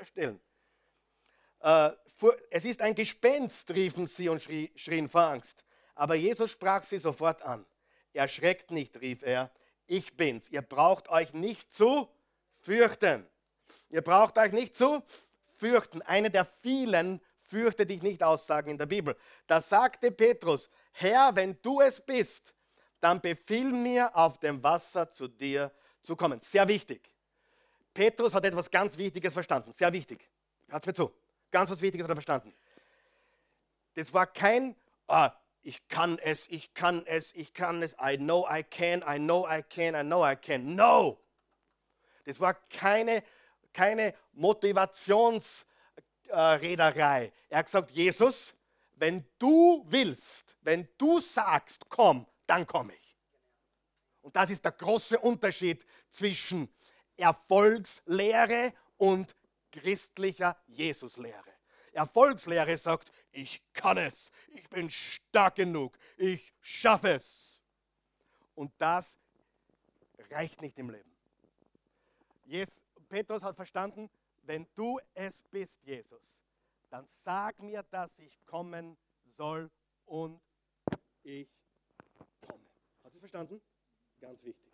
A: Es ist ein Gespenst, riefen sie und schrien vor Angst. Aber Jesus sprach sie sofort an. Erschreckt nicht, rief er. Ich bin's. Ihr braucht euch nicht zu fürchten. Ihr braucht euch nicht zu fürchten. Eine der vielen fürchte dich nicht Aussagen in der Bibel. Da sagte Petrus, Herr, wenn du es bist, dann befiehl mir, auf dem Wasser zu dir zu kommen. Sehr wichtig. Petrus hat etwas ganz Wichtiges verstanden. Sehr wichtig. Hört mir zu. Ganz was Wichtiges hat er verstanden. Das war kein, ich kann es, ich kann es, ich kann es, I know I can, I know I can, I know I can. No! Das war keine Motivationsrederei. Er hat gesagt, Jesus, wenn du willst, wenn du sagst, komm, dann komme ich. Und das ist der große Unterschied zwischen Erfolgslehre und christlicher Jesuslehre. Erfolgslehre sagt, ich kann es, ich bin stark genug, ich schaffe es. Und das reicht nicht im Leben. Petrus hat verstanden, wenn du es bist, Jesus, dann sag mir, dass ich kommen soll und ich komme. Hast du es verstanden? Ganz wichtig.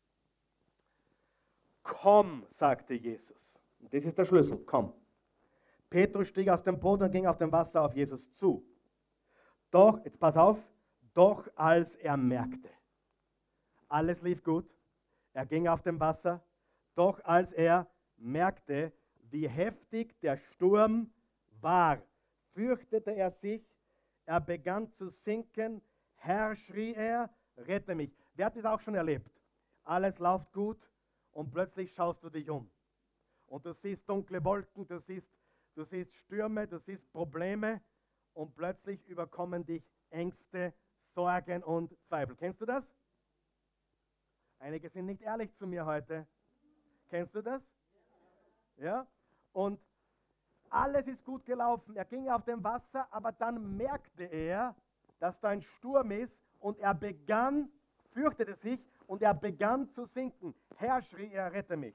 A: Komm, sagte Jesus. Und das ist der Schlüssel, komm. Petrus stieg aus dem Boot und ging auf dem Wasser auf Jesus zu. Doch, jetzt pass auf, doch als er merkte, alles lief gut, er ging auf dem Wasser, doch als er merkte, wie heftig der Sturm war, fürchtete er sich, er begann zu sinken, Herr, schrie er, rette mich. Wer hat das auch schon erlebt? Alles läuft gut und plötzlich schaust du dich um. Und du siehst dunkle Wolken, du siehst Stürme, du siehst Probleme und plötzlich überkommen dich Ängste, Sorgen und Zweifel. Kennst du das? Einige sind nicht ehrlich zu mir heute. Kennst du das? Ja? Und alles ist gut gelaufen. Er ging auf dem Wasser, aber dann merkte er, dass da ein Sturm ist und er fürchtete sich und er begann zu sinken. Herr, schrie er, rette mich.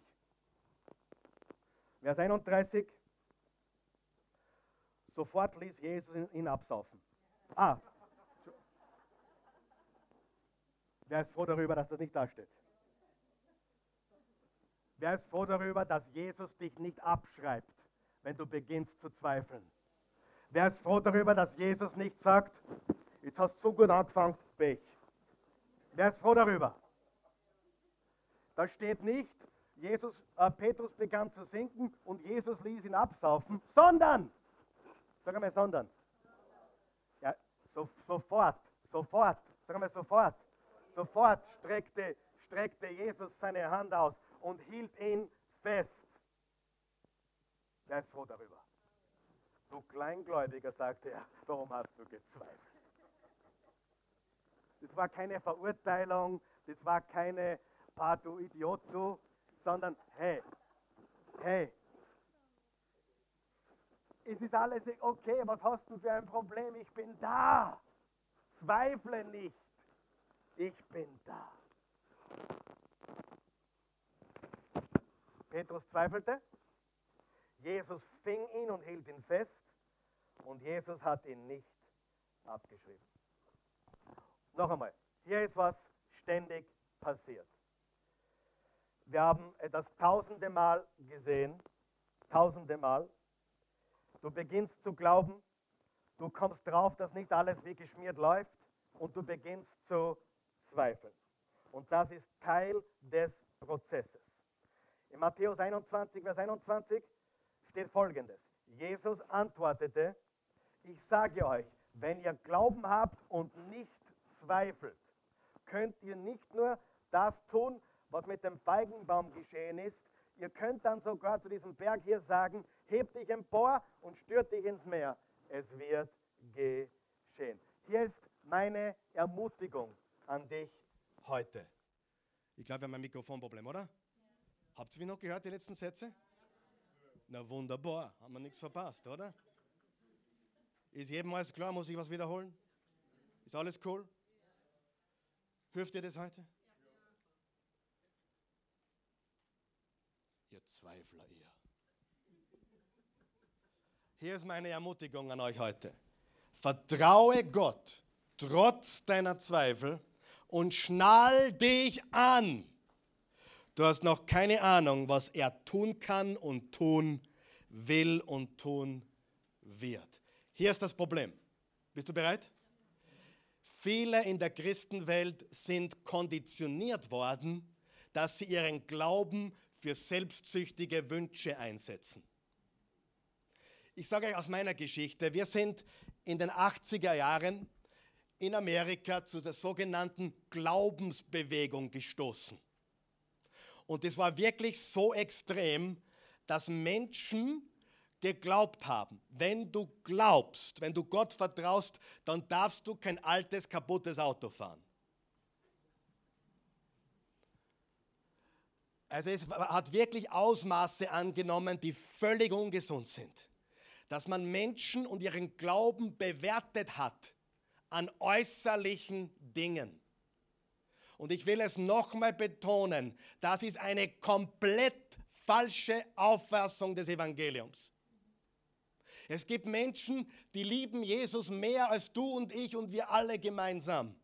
A: Vers 31. Sofort ließ Jesus ihn absaufen. Wer ist froh darüber, dass das nicht da steht? Wer ist froh darüber, dass Jesus dich nicht abschreibt, wenn du beginnst zu zweifeln? Wer ist froh darüber, dass Jesus nicht sagt, jetzt hast du so gut angefangen, Pech. Wer ist froh darüber? Da steht nicht, Petrus begann zu sinken und Jesus ließ ihn absaufen, sondern, sag einmal sondern, ja, sofort, sag einmal sofort streckte Jesus seine Hand aus und hielt ihn fest. Wer ist froh darüber? Du Kleingläubiger, sagte er, warum hast du gezweifelt? Das war keine Verurteilung, das war keine du Idiot, du, sondern hey, es ist alles okay, was hast du für ein Problem? Ich bin da. Zweifle nicht, ich bin da. Petrus zweifelte, Jesus fing ihn und hielt ihn fest und Jesus hat ihn nicht abgeschrieben. Noch einmal, hier ist was ständig passiert. Wir haben das tausende Mal gesehen, tausende Mal. Du beginnst zu glauben, du kommst drauf, dass nicht alles wie geschmiert läuft und du beginnst zu zweifeln. Und das ist Teil des Prozesses. In Matthäus 21, Vers 21 steht Folgendes. Jesus antwortete, ich sage euch, wenn ihr Glauben habt und nicht zweifelt, könnt ihr nicht nur das tun, was mit dem Feigenbaum geschehen ist, ihr könnt dann sogar zu diesem Berg hier sagen, heb dich empor und stürz dich ins Meer. Es wird geschehen. Hier ist meine Ermutigung an dich heute. Ich glaube, wir haben ein Mikrofonproblem, oder? Ja. Habt ihr mich noch gehört, die letzten Sätze? Na wunderbar, haben wir nichts verpasst, oder? Ist jedem alles klar? Muss ich was wiederholen? Ist alles cool? Hilft dir das heute? Ihr Zweifler, ihr. Hier ist meine Ermutigung an euch heute. Vertraue Gott trotz deiner Zweifel und schnall dich an. Du hast noch keine Ahnung, was er tun kann und tun will und tun wird. Hier ist das Problem. Bist du bereit? Viele in der Christenwelt sind konditioniert worden, dass sie ihren Glauben für selbstsüchtige Wünsche einsetzen. Ich sage euch aus meiner Geschichte, wir sind in den 80er Jahren in Amerika zu der sogenannten Glaubensbewegung gestoßen. Und es war wirklich so extrem, dass Menschen geglaubt haben, wenn du glaubst, wenn du Gott vertraust, dann darfst du kein altes, kaputtes Auto fahren. Also es hat wirklich Ausmaße angenommen, die völlig ungesund sind. Dass man Menschen und ihren Glauben bewertet hat an äußerlichen Dingen. Und ich will es nochmal betonen, das ist eine komplett falsche Auffassung des Evangeliums. Es gibt Menschen, die lieben Jesus mehr als du und ich und wir alle gemeinsam.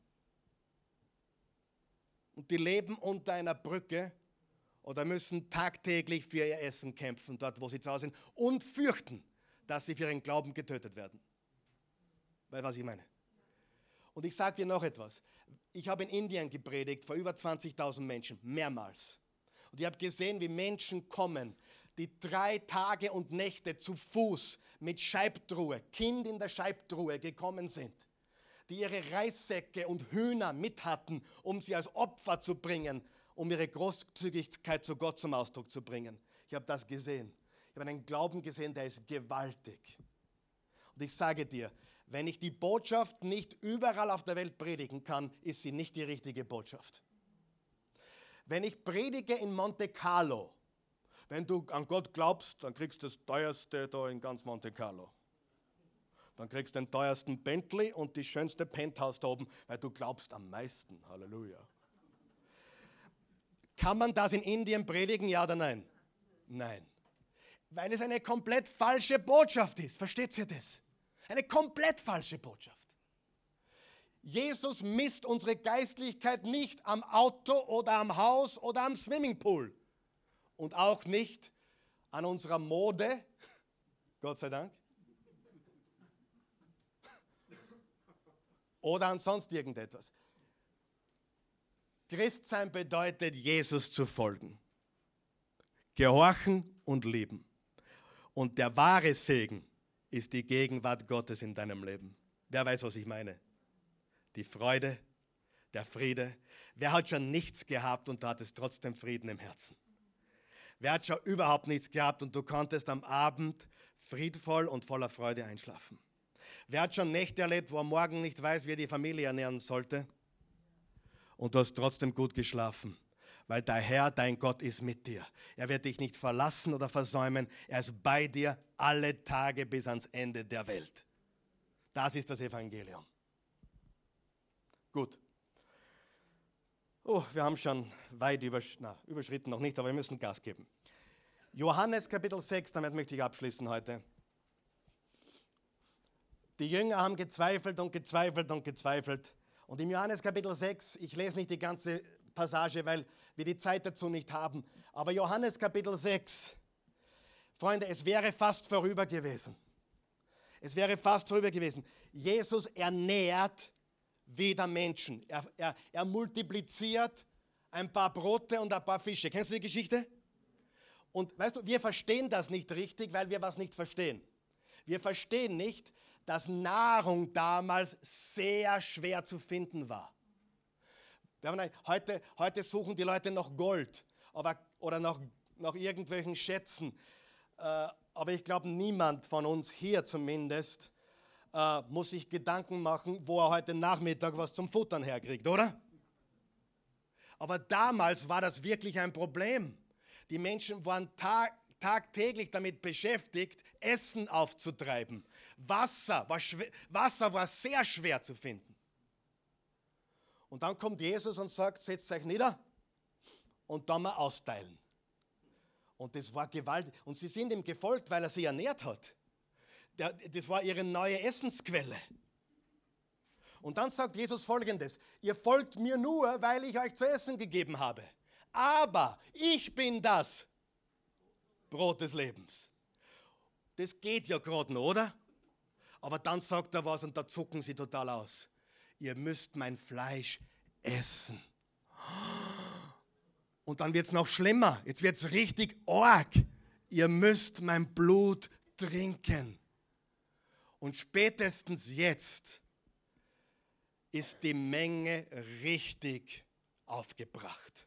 A: Und die leben unter einer Brücke oder müssen tagtäglich für ihr Essen kämpfen, dort wo sie zu Hause sind, und fürchten, dass sie für ihren Glauben getötet werden. Weißt du, was ich meine? Und ich sage dir noch etwas. Ich habe in Indien gepredigt vor über 20.000 Menschen, mehrmals. Und ich habe gesehen, wie Menschen kommen, die 3 Tage und Nächte zu Fuß mit Scheibtruhe, Kind in der Scheibtruhe gekommen sind, die ihre Reissäcke und Hühner mit hatten, um sie als Opfer zu bringen, um ihre Großzügigkeit zu Gott zum Ausdruck zu bringen. Ich habe das gesehen. Ich habe einen Glauben gesehen, der ist gewaltig. Und ich sage dir, wenn ich die Botschaft nicht überall auf der Welt predigen kann, ist sie nicht die richtige Botschaft. Wenn ich predige in Monte Carlo, wenn du an Gott glaubst, dann kriegst du das teuerste da in ganz Monte Carlo. Dann kriegst du den teuersten Bentley und die schönste Penthouse da oben, weil du glaubst am meisten. Halleluja. Kann man das in Indien predigen, ja oder nein? Nein. Weil es eine komplett falsche Botschaft ist. Versteht ihr das? Eine komplett falsche Botschaft. Jesus misst unsere Geistlichkeit nicht am Auto oder am Haus oder am Swimmingpool. Und auch nicht an unserer Mode, Gott sei Dank, oder an sonst irgendetwas. Christsein bedeutet, Jesus zu folgen, gehorchen und lieben. Und der wahre Segen ist die Gegenwart Gottes in deinem Leben. Wer weiß, was ich meine? Die Freude, der Friede. Wer hat schon nichts gehabt und du hattest trotzdem Frieden im Herzen? Wer hat schon überhaupt nichts gehabt und du konntest am Abend friedvoll und voller Freude einschlafen? Wer hat schon Nächte erlebt, wo er morgen nicht weiß, wie er die Familie ernähren sollte? Und du hast trotzdem gut geschlafen, weil der Herr, dein Gott, ist mit dir. Er wird dich nicht verlassen oder versäumen. Er ist bei dir alle Tage bis ans Ende der Welt. Das ist das Evangelium. Gut. Oh, wir haben schon weit überschritten, noch nicht, aber wir müssen Gas geben. Johannes Kapitel 6, damit möchte ich abschließen heute. Die Jünger haben gezweifelt und gezweifelt und gezweifelt. Und im Johannes Kapitel 6, ich lese nicht die ganze Passage, weil wir die Zeit dazu nicht haben, aber Johannes Kapitel 6, Freunde, es wäre fast vorüber gewesen. Es wäre fast vorüber gewesen. Jesus ernährt wieder Menschen. Er multipliziert ein paar Brote und ein paar Fische. Kennst du die Geschichte? Und weißt du, wir verstehen das nicht richtig, weil wir was nicht verstehen. Wir verstehen nicht, dass Nahrung damals sehr schwer zu finden war. Heute suchen die Leute noch Gold oder nach irgendwelchen Schätzen. Aber ich glaube, niemand von uns hier zumindest muss sich Gedanken machen, wo er heute Nachmittag was zum Futtern herkriegt, oder? Aber damals war das wirklich ein Problem. Die Menschen waren tagtäglich damit beschäftigt, Essen aufzutreiben. Wasser war sehr schwer zu finden. Und dann kommt Jesus und sagt, setzt euch nieder und dann mal austeilen. Und das war gewaltig. Und sie sind ihm gefolgt, weil er sie ernährt hat. Das war ihre neue Essensquelle. Und dann sagt Jesus Folgendes: Ihr folgt mir nur, weil ich euch zu essen gegeben habe. Aber ich bin das Brot des Lebens. Das geht ja gerade noch, oder?
B: Aber dann sagt er was und da zucken sie total aus. Ihr müsst mein Fleisch essen. Und dann wird es noch schlimmer. Jetzt wird es richtig arg. Ihr müsst mein Blut trinken. Und spätestens jetzt ist die Menge richtig aufgebracht.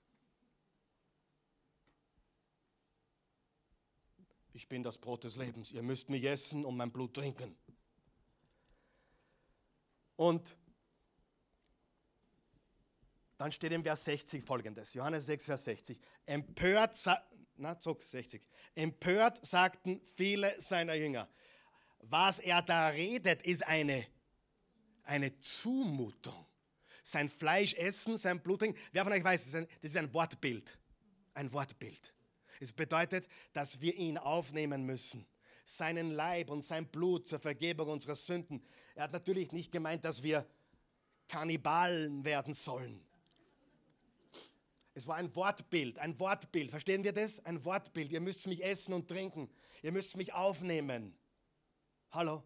B: Ich bin das Brot des Lebens. Ihr müsst mich essen und mein Blut trinken. Und dann steht im Vers 60 folgendes, Johannes 6, Vers 60. Empört sagten viele seiner Jünger. Was er da redet, ist eine Zumutung. Sein Fleisch essen, sein Blut trinken. Wer von euch weiß, das ist ein Wortbild. Ein Wortbild. Es bedeutet, dass wir ihn aufnehmen müssen. Seinen Leib und sein Blut zur Vergebung unserer Sünden. Er hat natürlich nicht gemeint, dass wir Kannibalen werden sollen. Es war ein Wortbild, ein Wortbild. Verstehen wir das? Ein Wortbild. Ihr müsst mich essen und trinken. Ihr müsst mich aufnehmen. Hallo?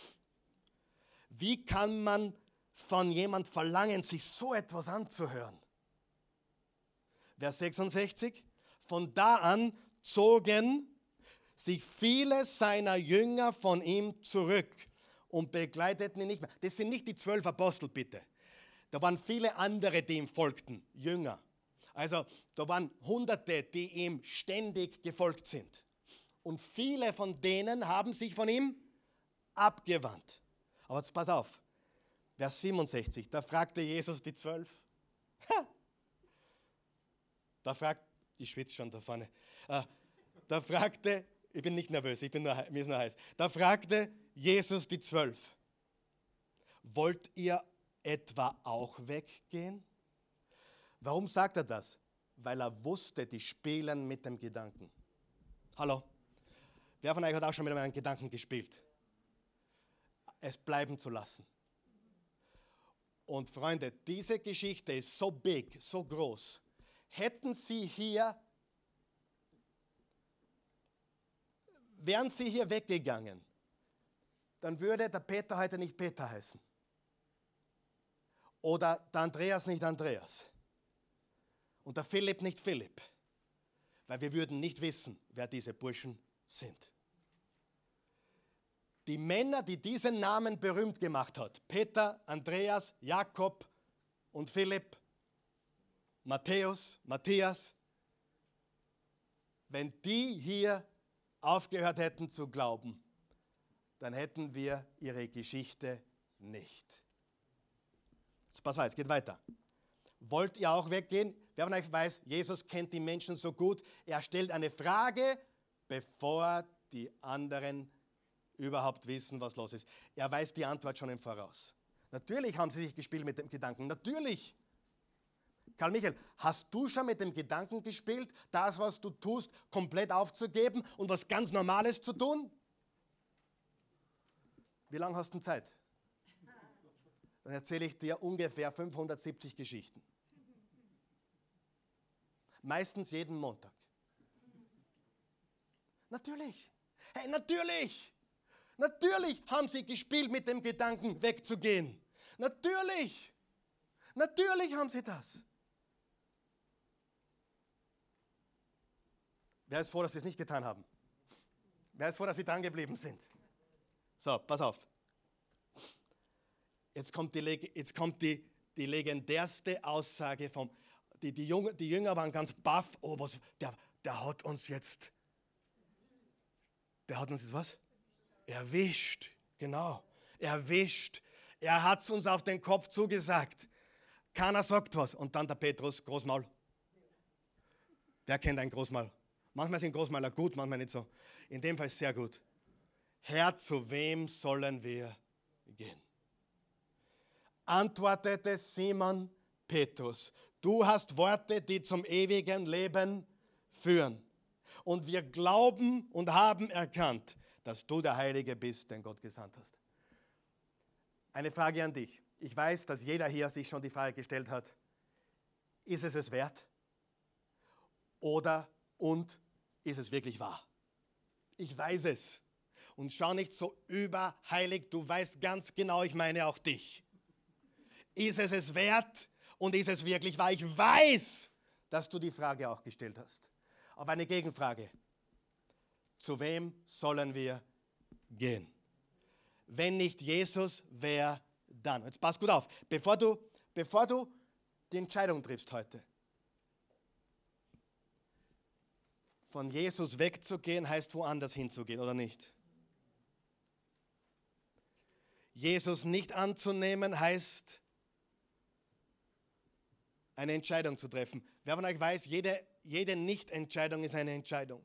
B: Wie kann man von jemand verlangen, sich so etwas anzuhören? Vers 66. Von da an zogen sich viele seiner Jünger von ihm zurück und begleiteten ihn nicht mehr. Das sind nicht die 12 Apostel, bitte. Da waren viele andere, die ihm folgten, Jünger. Also da waren Hunderte, die ihm ständig gefolgt sind. Und viele von denen haben sich von ihm abgewandt. Aber jetzt pass auf, Vers 67, da fragte Jesus die 12. Ich schwitze schon da vorne. Ich bin nicht nervös, mir ist nur heiß. Da fragte Jesus die 12. Wollt ihr etwa auch weggehen? Warum sagt er das? Weil er wusste, die spielen mit dem Gedanken. Hallo? Wer von euch hat auch schon mit einem Gedanken gespielt? Es bleiben zu lassen. Und Freunde, diese Geschichte ist so big, so groß. Wären sie hier weggegangen, dann würde der Peter heute nicht Peter heißen. Oder der Andreas nicht Andreas. Und der Philipp nicht Philipp. Weil wir würden nicht wissen, wer diese Burschen sind. Die Männer, die diesen Namen berühmt gemacht hat, Peter, Andreas, Jakob und Philipp, Matthäus, Matthias, wenn die hier aufgehört hätten zu glauben, dann hätten wir ihre Geschichte nicht. Jetzt pass auf, es geht weiter. Wollt ihr auch weggehen? Wer von euch weiß, Jesus kennt die Menschen so gut, er stellt eine Frage, bevor die anderen überhaupt wissen, was los ist. Er weiß die Antwort schon im Voraus. Natürlich haben sie sich gespielt mit dem Gedanken, natürlich. Karl Michael, hast du schon mit dem Gedanken gespielt, das, was du tust, komplett aufzugeben und was ganz Normales zu tun? Wie lange hast du denn Zeit? Dann erzähle ich dir ungefähr 570 Geschichten. Meistens jeden Montag. Natürlich. Hey, natürlich. Natürlich haben sie gespielt mit dem Gedanken, wegzugehen. Natürlich. Natürlich haben sie das. Wer ist froh, dass sie es nicht getan haben? Wer ist froh, dass sie dran geblieben sind? So, pass auf. Jetzt kommt die legendärste Aussage vom... Die Jünger waren ganz baff. Oh, der hat uns jetzt was? Erwischt. Genau, erwischt. Er hat es uns auf den Kopf zugesagt. Keiner sagt was. Und dann der Petrus, Großmaul. Wer kennt ein Großmaul? Manchmal sind Großmäuler gut, manchmal nicht so. In dem Fall ist es sehr gut. Herr, zu wem sollen wir gehen? Antwortete Simon Petrus, du hast Worte, die zum ewigen Leben führen. Und wir glauben und haben erkannt, dass du der Heilige bist, den Gott gesandt hast. Eine Frage an dich. Ich weiß, dass jeder hier sich schon die Frage gestellt hat, ist es wert? Und ist es wirklich wahr? Ich weiß es. Und schau nicht so überheilig, du weißt ganz genau, ich meine auch dich. Ist es es wert und ist es wirklich wahr? Ich weiß, dass du die Frage auch gestellt hast. Auf eine Gegenfrage. Zu wem sollen wir gehen? Wenn nicht Jesus, wer dann? Jetzt pass gut auf, bevor du die Entscheidung triffst heute. Von Jesus wegzugehen, heißt woanders hinzugehen, oder nicht? Jesus nicht anzunehmen, heißt eine Entscheidung zu treffen. Wer von euch weiß, jede Nicht-Entscheidung ist eine Entscheidung.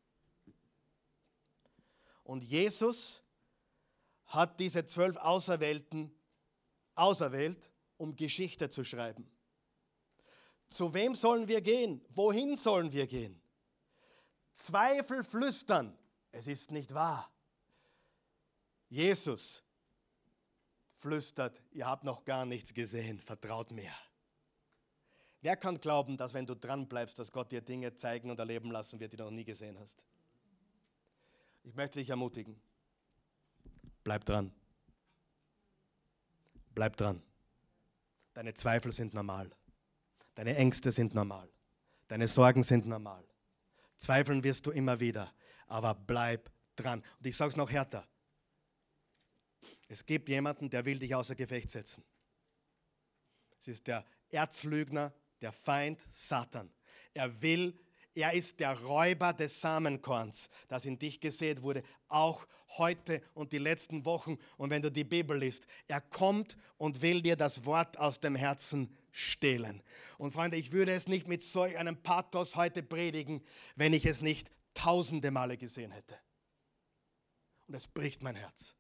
B: Und Jesus hat diese 12 Auserwählten auserwählt, um Geschichte zu schreiben. Zu wem sollen wir gehen? Wohin sollen wir gehen? Zweifel flüstern, es ist nicht wahr. Jesus flüstert, ihr habt noch gar nichts gesehen, vertraut mir. Wer kann glauben, dass wenn du dran bleibst, dass Gott dir Dinge zeigen und erleben lassen wird, die du noch nie gesehen hast? Ich möchte dich ermutigen. Bleib dran. Bleib dran. Deine Zweifel sind normal. Deine Ängste sind normal. Deine Sorgen sind normal. Zweifeln wirst du immer wieder, aber bleib dran. Und ich sage es noch härter. Es gibt jemanden, der will dich außer Gefecht setzen. Es ist der Erzlügner, der Feind Satan. Er ist der Räuber des Samenkorns, das in dich gesät wurde, auch heute und die letzten Wochen. Und wenn du die Bibel liest, er kommt und will dir das Wort aus dem Herzen stehlen. Und Freunde, ich würde es nicht mit solch einem Pathos heute predigen, wenn ich es nicht tausende Male gesehen hätte. Und es bricht mein Herz.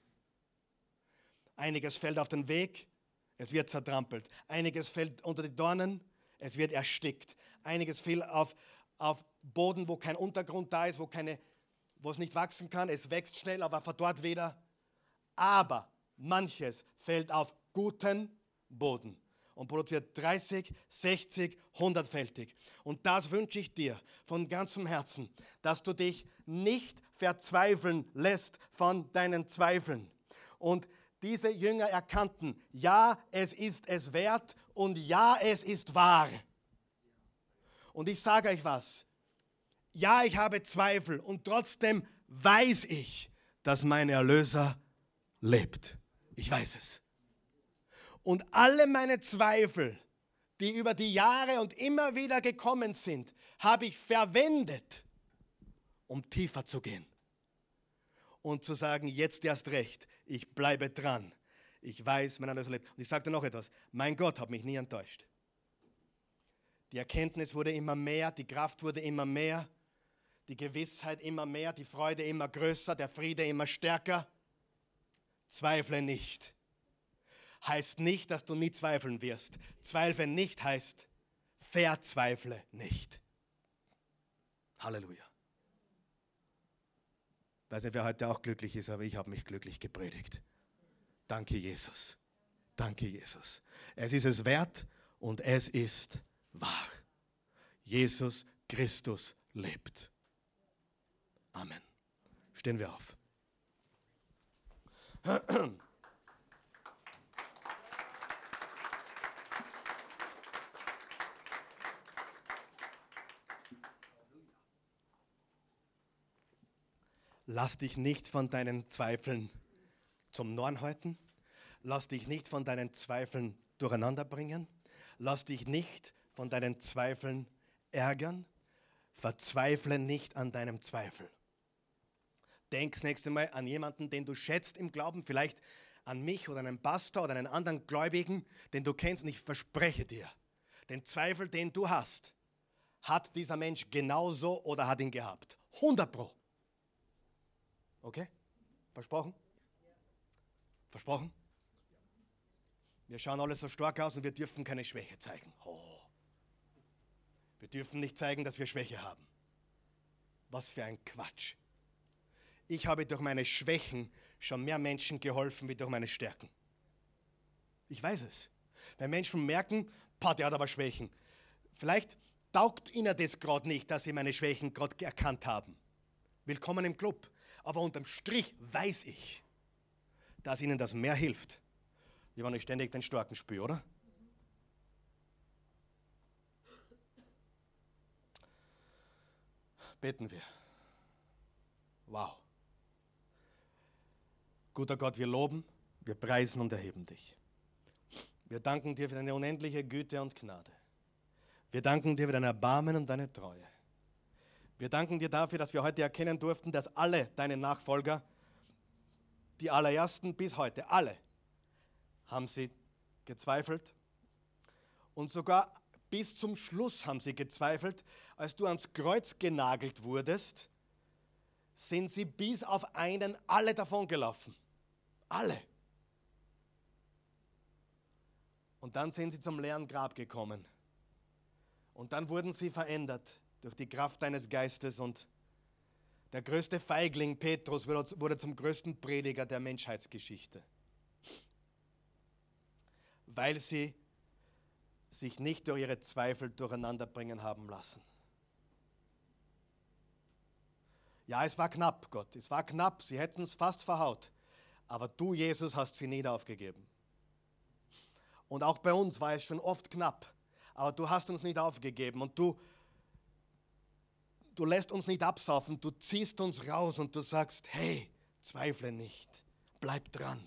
B: Einiges fällt auf den Weg, es wird zertrampelt. Einiges fällt unter die Dornen, es wird erstickt. Einiges fällt auf Boden, wo kein Untergrund da ist, wo es nicht wachsen kann. Es wächst schnell, aber verdorrt wieder. Aber manches fällt auf guten Boden und produziert 30, 60, 100-fältig. Und das wünsche ich dir von ganzem Herzen, dass du dich nicht verzweifeln lässt von deinen Zweifeln. Und diese Jünger erkannten, ja, es ist es wert und ja, es ist wahr. Und ich sage euch was, ja, ich habe Zweifel und trotzdem weiß ich, dass mein Erlöser lebt. Ich weiß es. Und alle meine Zweifel, die über die Jahre und immer wieder gekommen sind, habe ich verwendet, um tiefer zu gehen. Und zu sagen, jetzt erst recht, ich bleibe dran. Ich weiß, mein Erlöser lebt. Und ich sage dir noch etwas, mein Gott hat mich nie enttäuscht. Die Erkenntnis wurde immer mehr, die Kraft wurde immer mehr, die Gewissheit immer mehr, die Freude immer größer, der Friede immer stärker. Zweifle nicht. Heißt nicht, dass du nie zweifeln wirst. Zweifle nicht heißt, verzweifle nicht. Halleluja. Ich weiß nicht, wer heute auch glücklich ist, aber ich habe mich glücklich gepredigt. Danke, Jesus. Danke, Jesus. Es ist es wert und es ist wahr. Jesus Christus lebt. Amen. Stehen wir auf. Lass dich nicht von deinen Zweifeln zum Narren halten. Lass dich nicht von deinen Zweifeln durcheinander bringen. Lass dich nicht von deinen Zweifeln ärgern. Verzweifle nicht an deinem Zweifel. Denk das nächste Mal an jemanden, den du schätzt im Glauben, vielleicht an mich oder einen Pastor oder einen anderen Gläubigen, den du kennst, und ich verspreche dir, den Zweifel, den du hast, hat dieser Mensch genauso oder hat ihn gehabt. 100%. Okay? Versprochen? Versprochen? Wir schauen alle so stark aus und wir dürfen keine Schwäche zeigen. Oh. Wir dürfen nicht zeigen, dass wir Schwäche haben. Was für ein Quatsch. Ich habe durch meine Schwächen schon mehr Menschen geholfen, wie durch meine Stärken. Ich weiß es. Wenn Menschen merken, der hat aber Schwächen. Vielleicht taugt ihnen das gerade nicht, dass sie meine Schwächen gerade erkannt haben. Willkommen im Club. Aber unterm Strich weiß ich, dass ihnen das mehr hilft, wie wenn ich ständig den Starken spüre, oder? Beten wir. Wow. Guter Gott, wir loben, wir preisen und erheben dich. Wir danken dir für deine unendliche Güte und Gnade. Wir danken dir für dein Erbarmen und deine Treue. Wir danken dir dafür, dass wir heute erkennen durften, dass alle deine Nachfolger, die allerersten bis heute, alle, haben sie gezweifelt. Und sogar bis zum Schluss haben sie gezweifelt. Als du ans Kreuz genagelt wurdest, sind sie bis auf einen alle davongelaufen. Alle. Und dann sind sie zum leeren Grab gekommen. Und dann wurden sie verändert durch die Kraft deines Geistes. Und der größte Feigling, Petrus, wurde zum größten Prediger der Menschheitsgeschichte. Weil sie sich nicht durch ihre Zweifel durcheinander bringen haben lassen. Ja, es war knapp, Gott, es war knapp, sie hätten es fast verhaut. Aber du, Jesus, hast sie nie aufgegeben. Und auch bei uns war es schon oft knapp, aber du hast uns nicht aufgegeben und du lässt uns nicht absaufen, du ziehst uns raus und du sagst, hey, zweifle nicht, bleib dran.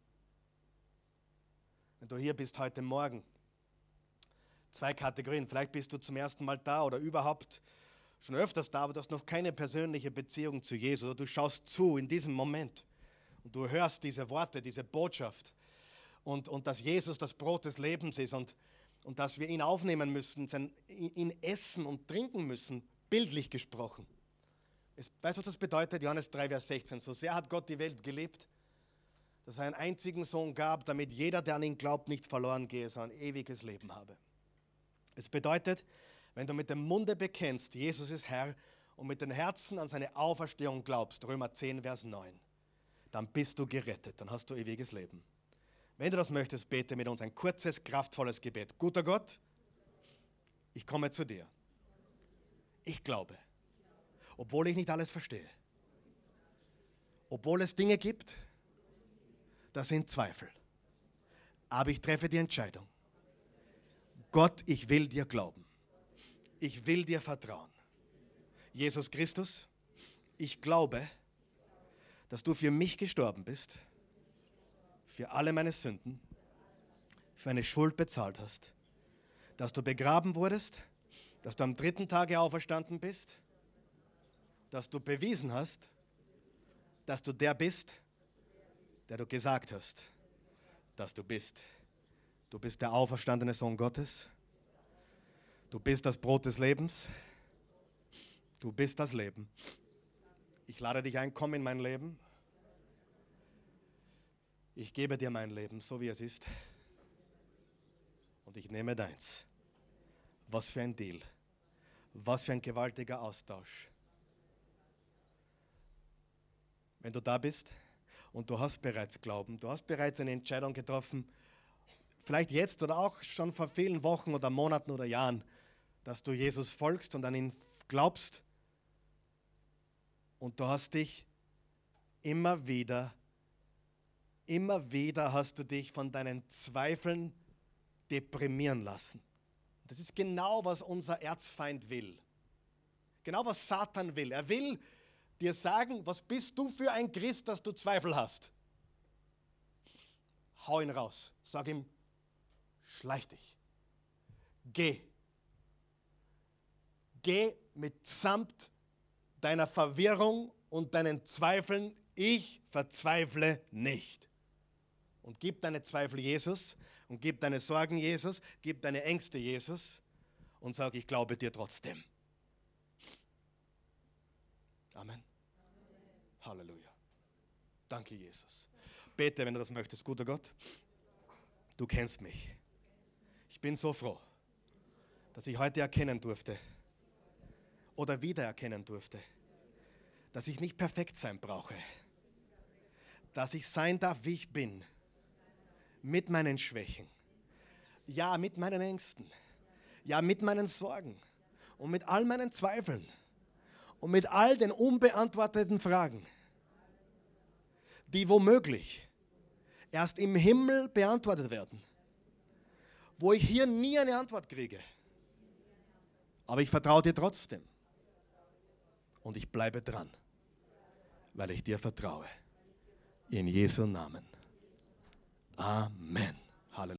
B: Wenn du hier bist heute Morgen, 2 Kategorien, vielleicht bist du zum ersten Mal da oder überhaupt schon öfters da, aber du hast noch keine persönliche Beziehung zu Jesus oder du schaust zu in diesem Moment und du hörst diese Worte, diese Botschaft und dass Jesus das Brot des Lebens ist und dass wir ihn aufnehmen müssen, ihn essen und trinken müssen, bildlich gesprochen. Weißt du, was das bedeutet? Johannes 3, Vers 16. So sehr hat Gott die Welt geliebt, dass er einen einzigen Sohn gab, damit jeder, der an ihn glaubt, nicht verloren gehe, sondern ewiges Leben habe. Es bedeutet, wenn du mit dem Munde bekennst, Jesus ist Herr, und mit dem Herzen an seine Auferstehung glaubst, Römer 10, Vers 9, dann bist du gerettet, dann hast du ewiges Leben. Wenn du das möchtest, bete mit uns ein kurzes, kraftvolles Gebet. Guter Gott, ich komme zu dir. Ich glaube, obwohl ich nicht alles verstehe, obwohl es Dinge gibt, das sind Zweifel. Aber ich treffe die Entscheidung. Gott, ich will dir glauben. Ich will dir vertrauen. Jesus Christus, ich glaube, dass du für mich gestorben bist, für alle meine Sünden, für meine Schuld bezahlt hast, dass du begraben wurdest, dass du am 3. Tage auferstanden bist, dass du bewiesen hast, dass du der bist, der du gesagt hast, dass du bist. Du bist der auferstandene Sohn Gottes. Du bist das Brot des Lebens. Du bist das Leben. Ich lade dich ein, komm in mein Leben. Ich gebe dir mein Leben, so wie es ist. Und ich nehme deins. Was für ein Deal. Was für ein gewaltiger Austausch. Wenn du da bist und du hast bereits Glauben, du hast bereits eine Entscheidung getroffen, vielleicht jetzt oder auch schon vor vielen Wochen oder Monaten oder Jahren, dass du Jesus folgst und an ihn glaubst und du hast dich immer wieder hast du dich von deinen Zweifeln deprimieren lassen. Das ist genau, was unser Erzfeind will. Genau, was Satan will. Er will dir sagen, was bist du für ein Christ, dass du Zweifel hast. Hau ihn raus. Sag ihm, schleich dich. Geh. Geh mitsamt deiner Verwirrung und deinen Zweifeln. Ich verzweifle nicht. Und gib deine Zweifel Jesus und gib deine Sorgen Jesus, gib deine Ängste Jesus und sag, ich glaube dir trotzdem. Amen. Halleluja. Danke, Jesus. Bete, wenn du das möchtest. Guter Gott, du kennst mich. Ich bin so froh, dass ich heute erkennen durfte oder wiedererkennen durfte, dass ich nicht perfekt sein brauche, dass ich sein darf, wie ich bin, mit meinen Schwächen, ja, mit meinen Ängsten, ja, mit meinen Sorgen und mit all meinen Zweifeln und mit all den unbeantworteten Fragen. die womöglich erst im Himmel beantwortet werden, wo ich hier nie eine Antwort kriege. Aber ich vertraue dir trotzdem. Und ich bleibe dran, weil ich dir vertraue. In Jesu Namen. Amen.